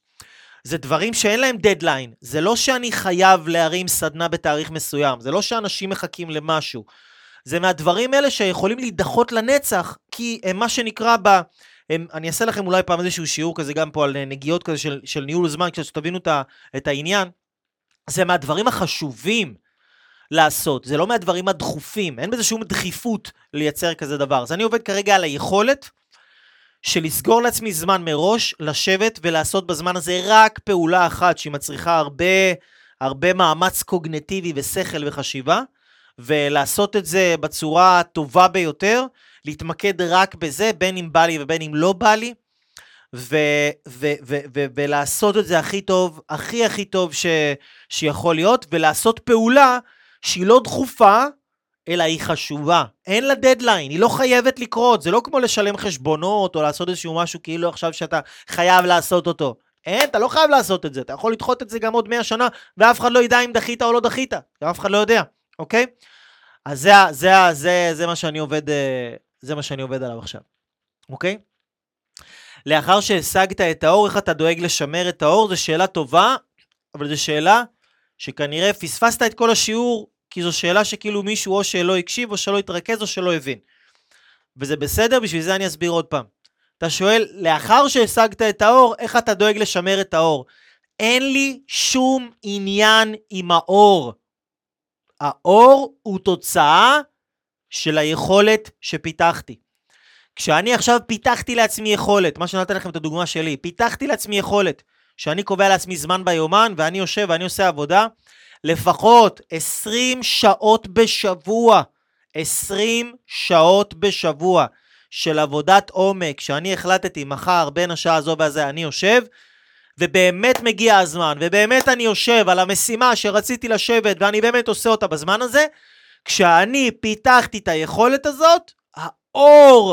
זה דברים שאין להם דדליין, זה לא שאני חייב להרים סדנה בתאריך מסוים, זה לא שאנשים מחכים למשהו, זה מהדברים האלה שיכולים להידחות לנצח, כי הם מה שנקרא ב... הם, אני אעשה לכם אולי פעם איזשהו שיעור כזה גם פה על נגיעות כזה של, של ניהול זמן, כשתבינו את, את העניין, זה מהדברים החשובים לעשות, זה לא מהדברים הדחופים, אין בזה שום דחיפות לייצר כזה דבר, אז אני עובד כרגע על היכולת, של לסגור לעצמי זמן מראש, לשבת ולעשות בזמן הזה רק פעולה אחת, שהיא מצריכה הרבה, הרבה מאמץ קוגניטיבי ושכל וחשיבה, ולעשות את זה בצורה הטובה ביותר, להתמקד רק בזה, בין אם בא לי ובין אם לא בא לי, ו- ו- ו- ו- ולעשות את זה הכי טוב, הכי הכי טוב ש- שיכול להיות, ולעשות פעולה שהיא לא דחופה, אלא היא חשובה, אין לה דדליין, היא לא חייבת לקרות, זה לא כמו לשלם חשבונות, או לעשות איזשהו משהו כאילו עכשיו שאתה חייב לעשות אותו, אין, אתה לא חייב לעשות את זה, אתה יכול לדחות את זה גם עוד מאה שנה, ואף אחד לא ידע אם דחית או לא דחית, אף אחד לא יודע, אוקיי? אז זה, זה, זה, זה מה שאני עובד, זה מה שאני עובד עליו עכשיו, אוקיי? לאחר שהשגת את האור, איך אתה דואג לשמר את האור, זו שאלה טובה, אבל זו שאלה שכנראה פספסת את כל השיעור, כי זו שאלה שכאילו מישהו או שלא הקשיב, או שלא התרכז, או שלא הבין. וזה בסדר, בשביל זה אני אסביר עוד פעם. אתה שואל, לאחר שהשגת את האור, איך אתה דואג לשמר את האור? אין לי שום עניין עם האור. האור הוא תוצאה של היכולת שפיתחתי. כשאני עכשיו פיתחתי לעצמי יכולת, מה שנתן לכם את הדוגמה שלי, פיתחתי לעצמי יכולת, שאני קובע לעצמי זמן ביומן, ואני יושב ואני עושה עבודה, לפחות עשרים שעות בשבוע, עשרים שעות בשבוע של עבודת עומק, שאני החלטתי מחר בין השעה הזו והזה אני יושב, ובאמת מגיע הזמן, ובאמת אני יושב על המשימה שרציתי לשבת, ואני באמת עושה אותה בזמן הזה, כשאני פיתחתי את היכולת הזאת, האור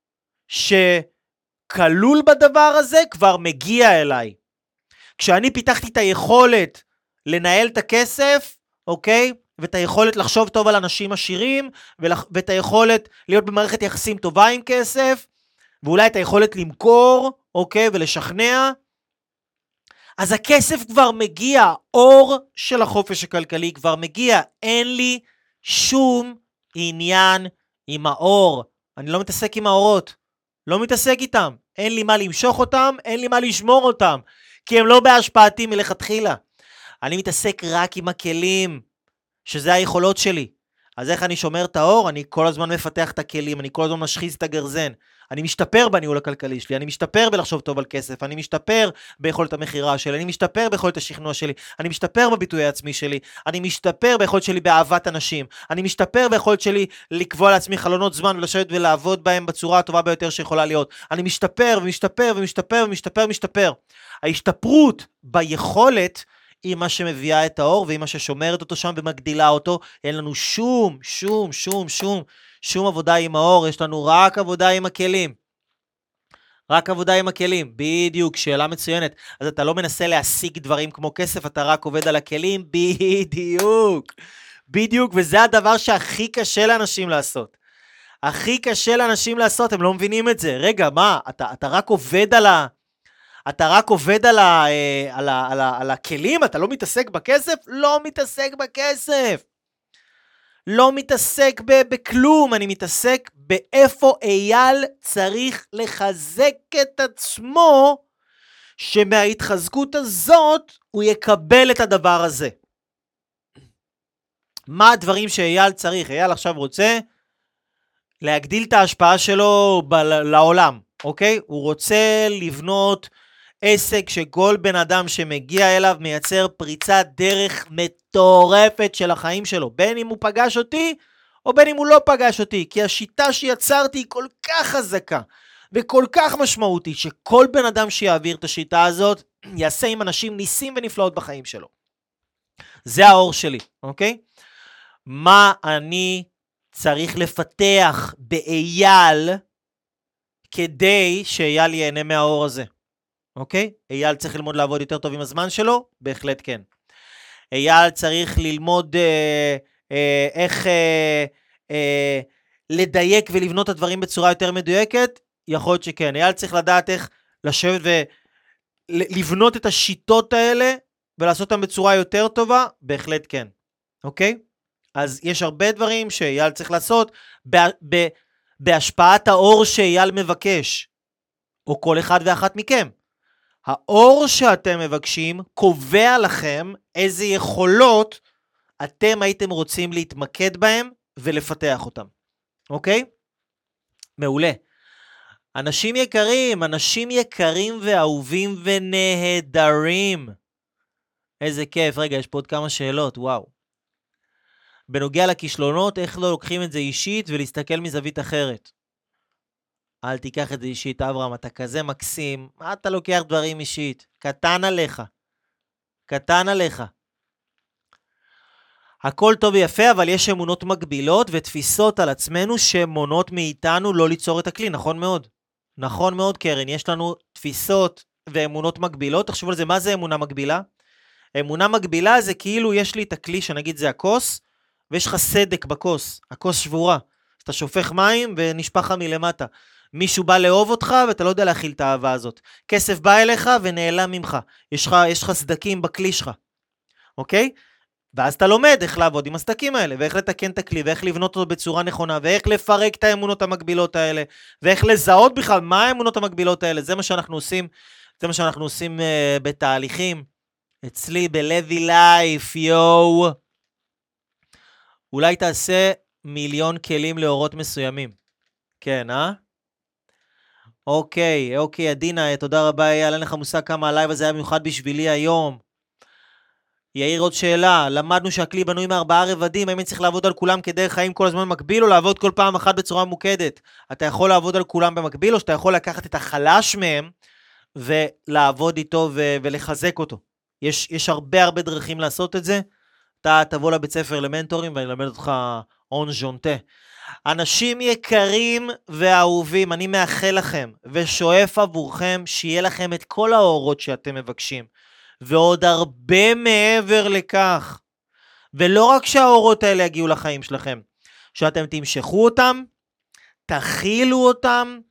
שכלול בדבר הזה כבר מגיע אליי. כשאני פיתחתי את היכולת לנהל את הכסף, אוקיי? ואת היכולת לחשוב טוב על אנשים עשירים, ואת היכולת להיות במערכת יחסים טובה עם כסף, ואולי את היכולת למכור, אוקיי? ולשכנע. אז הכסף כבר מגיע, אור של החופש הכלכלי כבר מגיע, אין לי שום עניין עם האור, אני לא מתעסק עם האורות, לא מתעסק איתם, אין לי מה למשוך אותם, אין לי מה לשמור אותם, כי הם לא בהשפעתי מלכתחילה. אני מתעסק רק עם הכלים, שזה היכולות שלי. אז איך אני שומר את האור? אני כל הזמן מפתח את הכלים, אני כל הזמן משחיז את הגרזן, אני משתפר בניהול הכלכלי שלי, אני משתפר בלחשוב טוב על כסף, אני משתפר ביכולת המחירה שלי, אני משתפר ביכולת השכנוע שלי, אני משתפר בביטוי העצמי שלי, אני משתפר ביכולת שלי באהבת אנשים, אני משתפר ביכולת שלי לקבוע לעצמי חלונות זמן ולשבת ולעבוד בהם בצורה הטובה ביותר שיכולה להיות. אני משתפר ומשתפר ומשתפר ומשתפר ומשתפר. ההשתפרות ביכולת היא מה שמביאה את האור, והיא מה ששומרת אותו שם ומגדילה אותו. אין לנו שום, שום, שום, שום, שום עבודה עם האור, יש לנו רק עבודה עם הכלים. רק עבודה עם הכלים, בדיוק, שאלה מצוינת. אז אתה לא מנסה להשיג דברים כמו כסף, אתה רק עובד על הכלים, בדיוק. בדיוק, וזה הדבר שהכי קשה לאנשים לעשות. הכי קשה לאנשים לעשות, הם לא מבינים את זה. רגע, מה, אתה, אתה רק עובד על ה... אתה רק עובד על, ה, על, ה, על, ה, על הכלים, אתה לא מתעסק בכסף? לא מתעסק בכסף. לא מתעסק ב, בכלום, אני מתעסק באיפה אייל צריך לחזק את עצמו, שמההתחזקות הזאת הוא יקבל את הדבר הזה. מה הדברים שאייל צריך? אייל עכשיו רוצה להגדיל את ההשפעה שלו ב, לעולם, אוקיי? הוא רוצה לבנות עסק שכל בן אדם שמגיע אליו מייצר פריצת דרך מטורפת של החיים שלו, בין אם הוא פגש אותי או בין אם הוא לא פגש אותי, כי השיטה שיצרתי היא כל כך חזקה וכל כך משמעותית, שכל בן אדם שיעביר את השיטה הזאת יעשה עם אנשים ניסים ונפלאות בחיים שלו. זה האור שלי, אוקיי? מה אני צריך לפתח באייל כדי שאייל ייהנה מהאור הזה? אוקיי? אייל צריך ללמוד לעבוד יותר טוב עם הזמן שלו? בהחלט כן. אייל צריך ללמוד אה, אה, איך אה, אה, לדייק ולבנות את הדברים בצורה יותר מדויקת? יכול להיות שכן. אייל צריך לדעת איך לשבת ולבנות את השיטות האלה ולעשות אותם בצורה יותר טובה? בהחלט כן. אוקיי? אז יש הרבה דברים שאייל צריך לעשות ב- ב- בהשפעת האור שאייל מבקש, או כל אחד ואחת מכם. האור שאתם מבקשים קובע לכם איזה יכולות אתם הייתם רוצים להתמקד בהם ולפתח אותם. אוקיי? מעולה. אנשים יקרים, אנשים יקרים ואהובים ונהדרים. איזה כיף. רגע, יש פה עוד כמה שאלות, וואו. בנוגע לכישלונות, איך לא לוקחים את זה אישית ולהסתכל מזווית אחרת? אל תיקח את זה אישית, אברהם, אתה כזה מקסים, מה אתה לוקח דברים אישית? קטן עליך, קטן עליך. הכל טוב ויפה, אבל יש אמונות מגבילות ותפיסות על עצמנו שמונות מאיתנו לא ליצור את הכלי, נכון מאוד. נכון מאוד, קרן, יש לנו תפיסות ואמונות מגבילות. תחשבו על זה, מה זה אמונה מגבילה? אמונה מגבילה זה כאילו יש לי את הכלי, שנגיד זה הכוס, ויש לך סדק בכוס, הכוס שבורה. אתה שופך מים ונשפך מלמטה. מישהו בא לאהוב אותך ואתה לא יודע להכיל את האהבה הזאת. כסף בא אליך ונעלם ממך. יש לך, יש לך סדקים בכלי שלך. אוקיי? ואז אתה לומד איך לעבוד עם הסדקים האלה, ואיך לתקן את הכלי, ואיך לבנות אותו בצורה נכונה, ואיך לפרק את האמונות המקבילות האלה, ואיך לזהות בכלל מה האמונות המקבילות האלה. זה מה שאנחנו עושים, זה מה שאנחנו עושים uh, בתהליכים. אצלי בלוי לייף, יואו. אולי תעשה מיליון כלים לאורות מסוימים. כן, אה? אוקיי, אוקיי, עדינה, תודה רבה, אייל, אין לך מושג כמה הלייב הזה היה מיוחד בשבילי היום. יאיר, עוד שאלה, למדנו שהכלי בנוי מארבעה רבדים, האם אני צריך לעבוד על כולם כדרך חיים כל הזמן מקביל, או לעבוד כל פעם אחת בצורה מוקדת? אתה יכול לעבוד על כולם במקביל, או שאתה יכול לקחת את החלש מהם, ולעבוד איתו ו- ולחזק אותו. יש, יש הרבה הרבה דרכים לעשות את זה. אתה תבוא לבית ספר למנטורים, ואני אלמד אותך און ז'ונטה. אנשים יקרים ואהובים, אני מאחל לכם ושואף עבורכם שיהיה לכם את כל האורות שאתם מבקשים, ועוד הרבה מעבר לכך. ולא רק שהאורות האלה יגיעו לחיים שלכם, שאתם תמשכו אותם, תכילו אותם,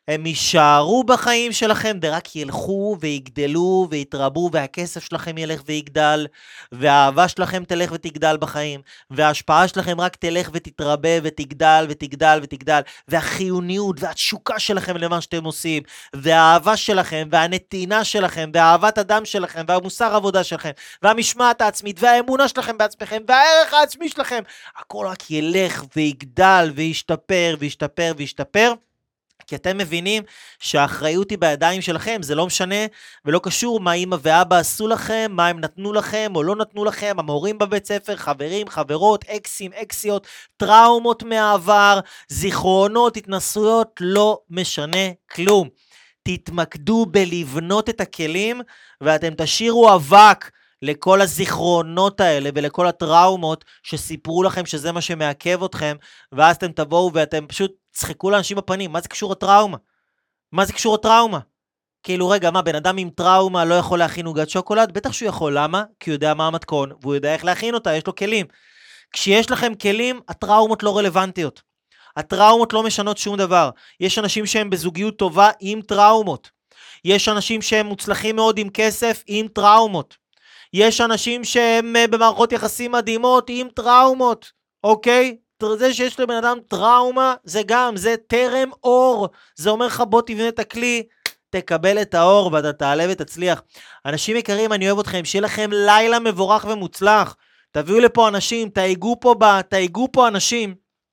הם יישארו בחיים שלכם, ורק ילכו ויגדלו ויתרבו, והכסף שלכם ילך ויגדל, והאהבה שלכם תלך ותגדל בחיים, וההשפעה שלכם רק תלך ותתרבה ותגדל ותגדל ותגדל, והחיוניות והתשוקה שלכם למה שאתם עושים, והאהבה שלכם, והנתינה שלכם, והאהבת אדם שלכם, והמוסר עבודה שלכם, והמשמעת העצמית, והאמונה שלכם בעצמכם, והערך העצמי שלכם, הכל רק ילך ויגדל וישתפר וישתפר וישתפר, כי אתם מבינים שהאחריות היא בידיים שלכם, זה לא משנה ולא קשור מה אמא ואבא עשו לכם, מה הם נתנו לכם או לא נתנו לכם, המורים בבית ספר, חברים, חברות, אקסים, אקסיות, טראומות מהעבר, זיכרונות, התנסויות, לא משנה כלום. תתמקדו בלבנות את הכלים, ואתם תשאירו אבק לכל הזיכרונות האלה ולכל הטראומות שסיפרו לכם שזה מה שמעכב אתכם, ואז אתם תבואו ואתם פשוט צחקו לאנשים בפנים. מה זה קשור הטראומה? מה זה קשור הטראומה? כאילו רגע, מה, בן אדם עם טראומה לא יכול להכין עוגת שוקולד? בטח שהוא יכול, למה? כי הוא יודע מה המתכון, והוא יודע איך להכין אותה, יש לו כלים. כשיש לכם כלים, הטראומות לא רלוונטיות. הטראומות לא משנות שום דבר. יש אנשים שהם בזוגיות טובה עם טראומות. יש אנשים שהם מוצלחים מאוד עם כסף עם טראומות. יש אנשים שהם במערכות יחסים מדהימות עם טראומות, אוקיי? זה שיש לבן אדם טראומה, זה גם, זה טרם אור. זה אומר לך בוא תבנה את הכלי, תקבל את האור ואתה תעלה ותצליח. אנשים יקרים, אני אוהב אתכם, שיהיה לכם לילה מבורך ומוצלח. תביאו לפה אנשים, תאיגו פה, ב, תאיגו פה אנשים,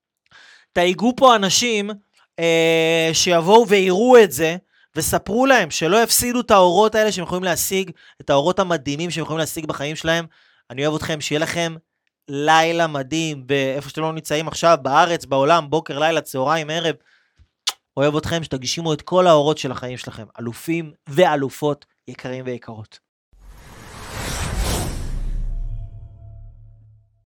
תאיגו פה אנשים אה, שיבואו ויראו את זה, וספרו להם שלא יפסידו את האורות האלה שהם יכולים להשיג, את האורות המדהימים שהם יכולים להשיג בחיים שלהם. אני אוהב אתכם, שיהיה לכם לילה מדהים, באיפה שאתם לא נמצאים עכשיו, בארץ, בעולם, בוקר, לילה, צהריים, ערב. אוהב אתכם, שתגשימו את כל האורות של החיים שלכם, אלופים ואלופות יקרים ויקרות.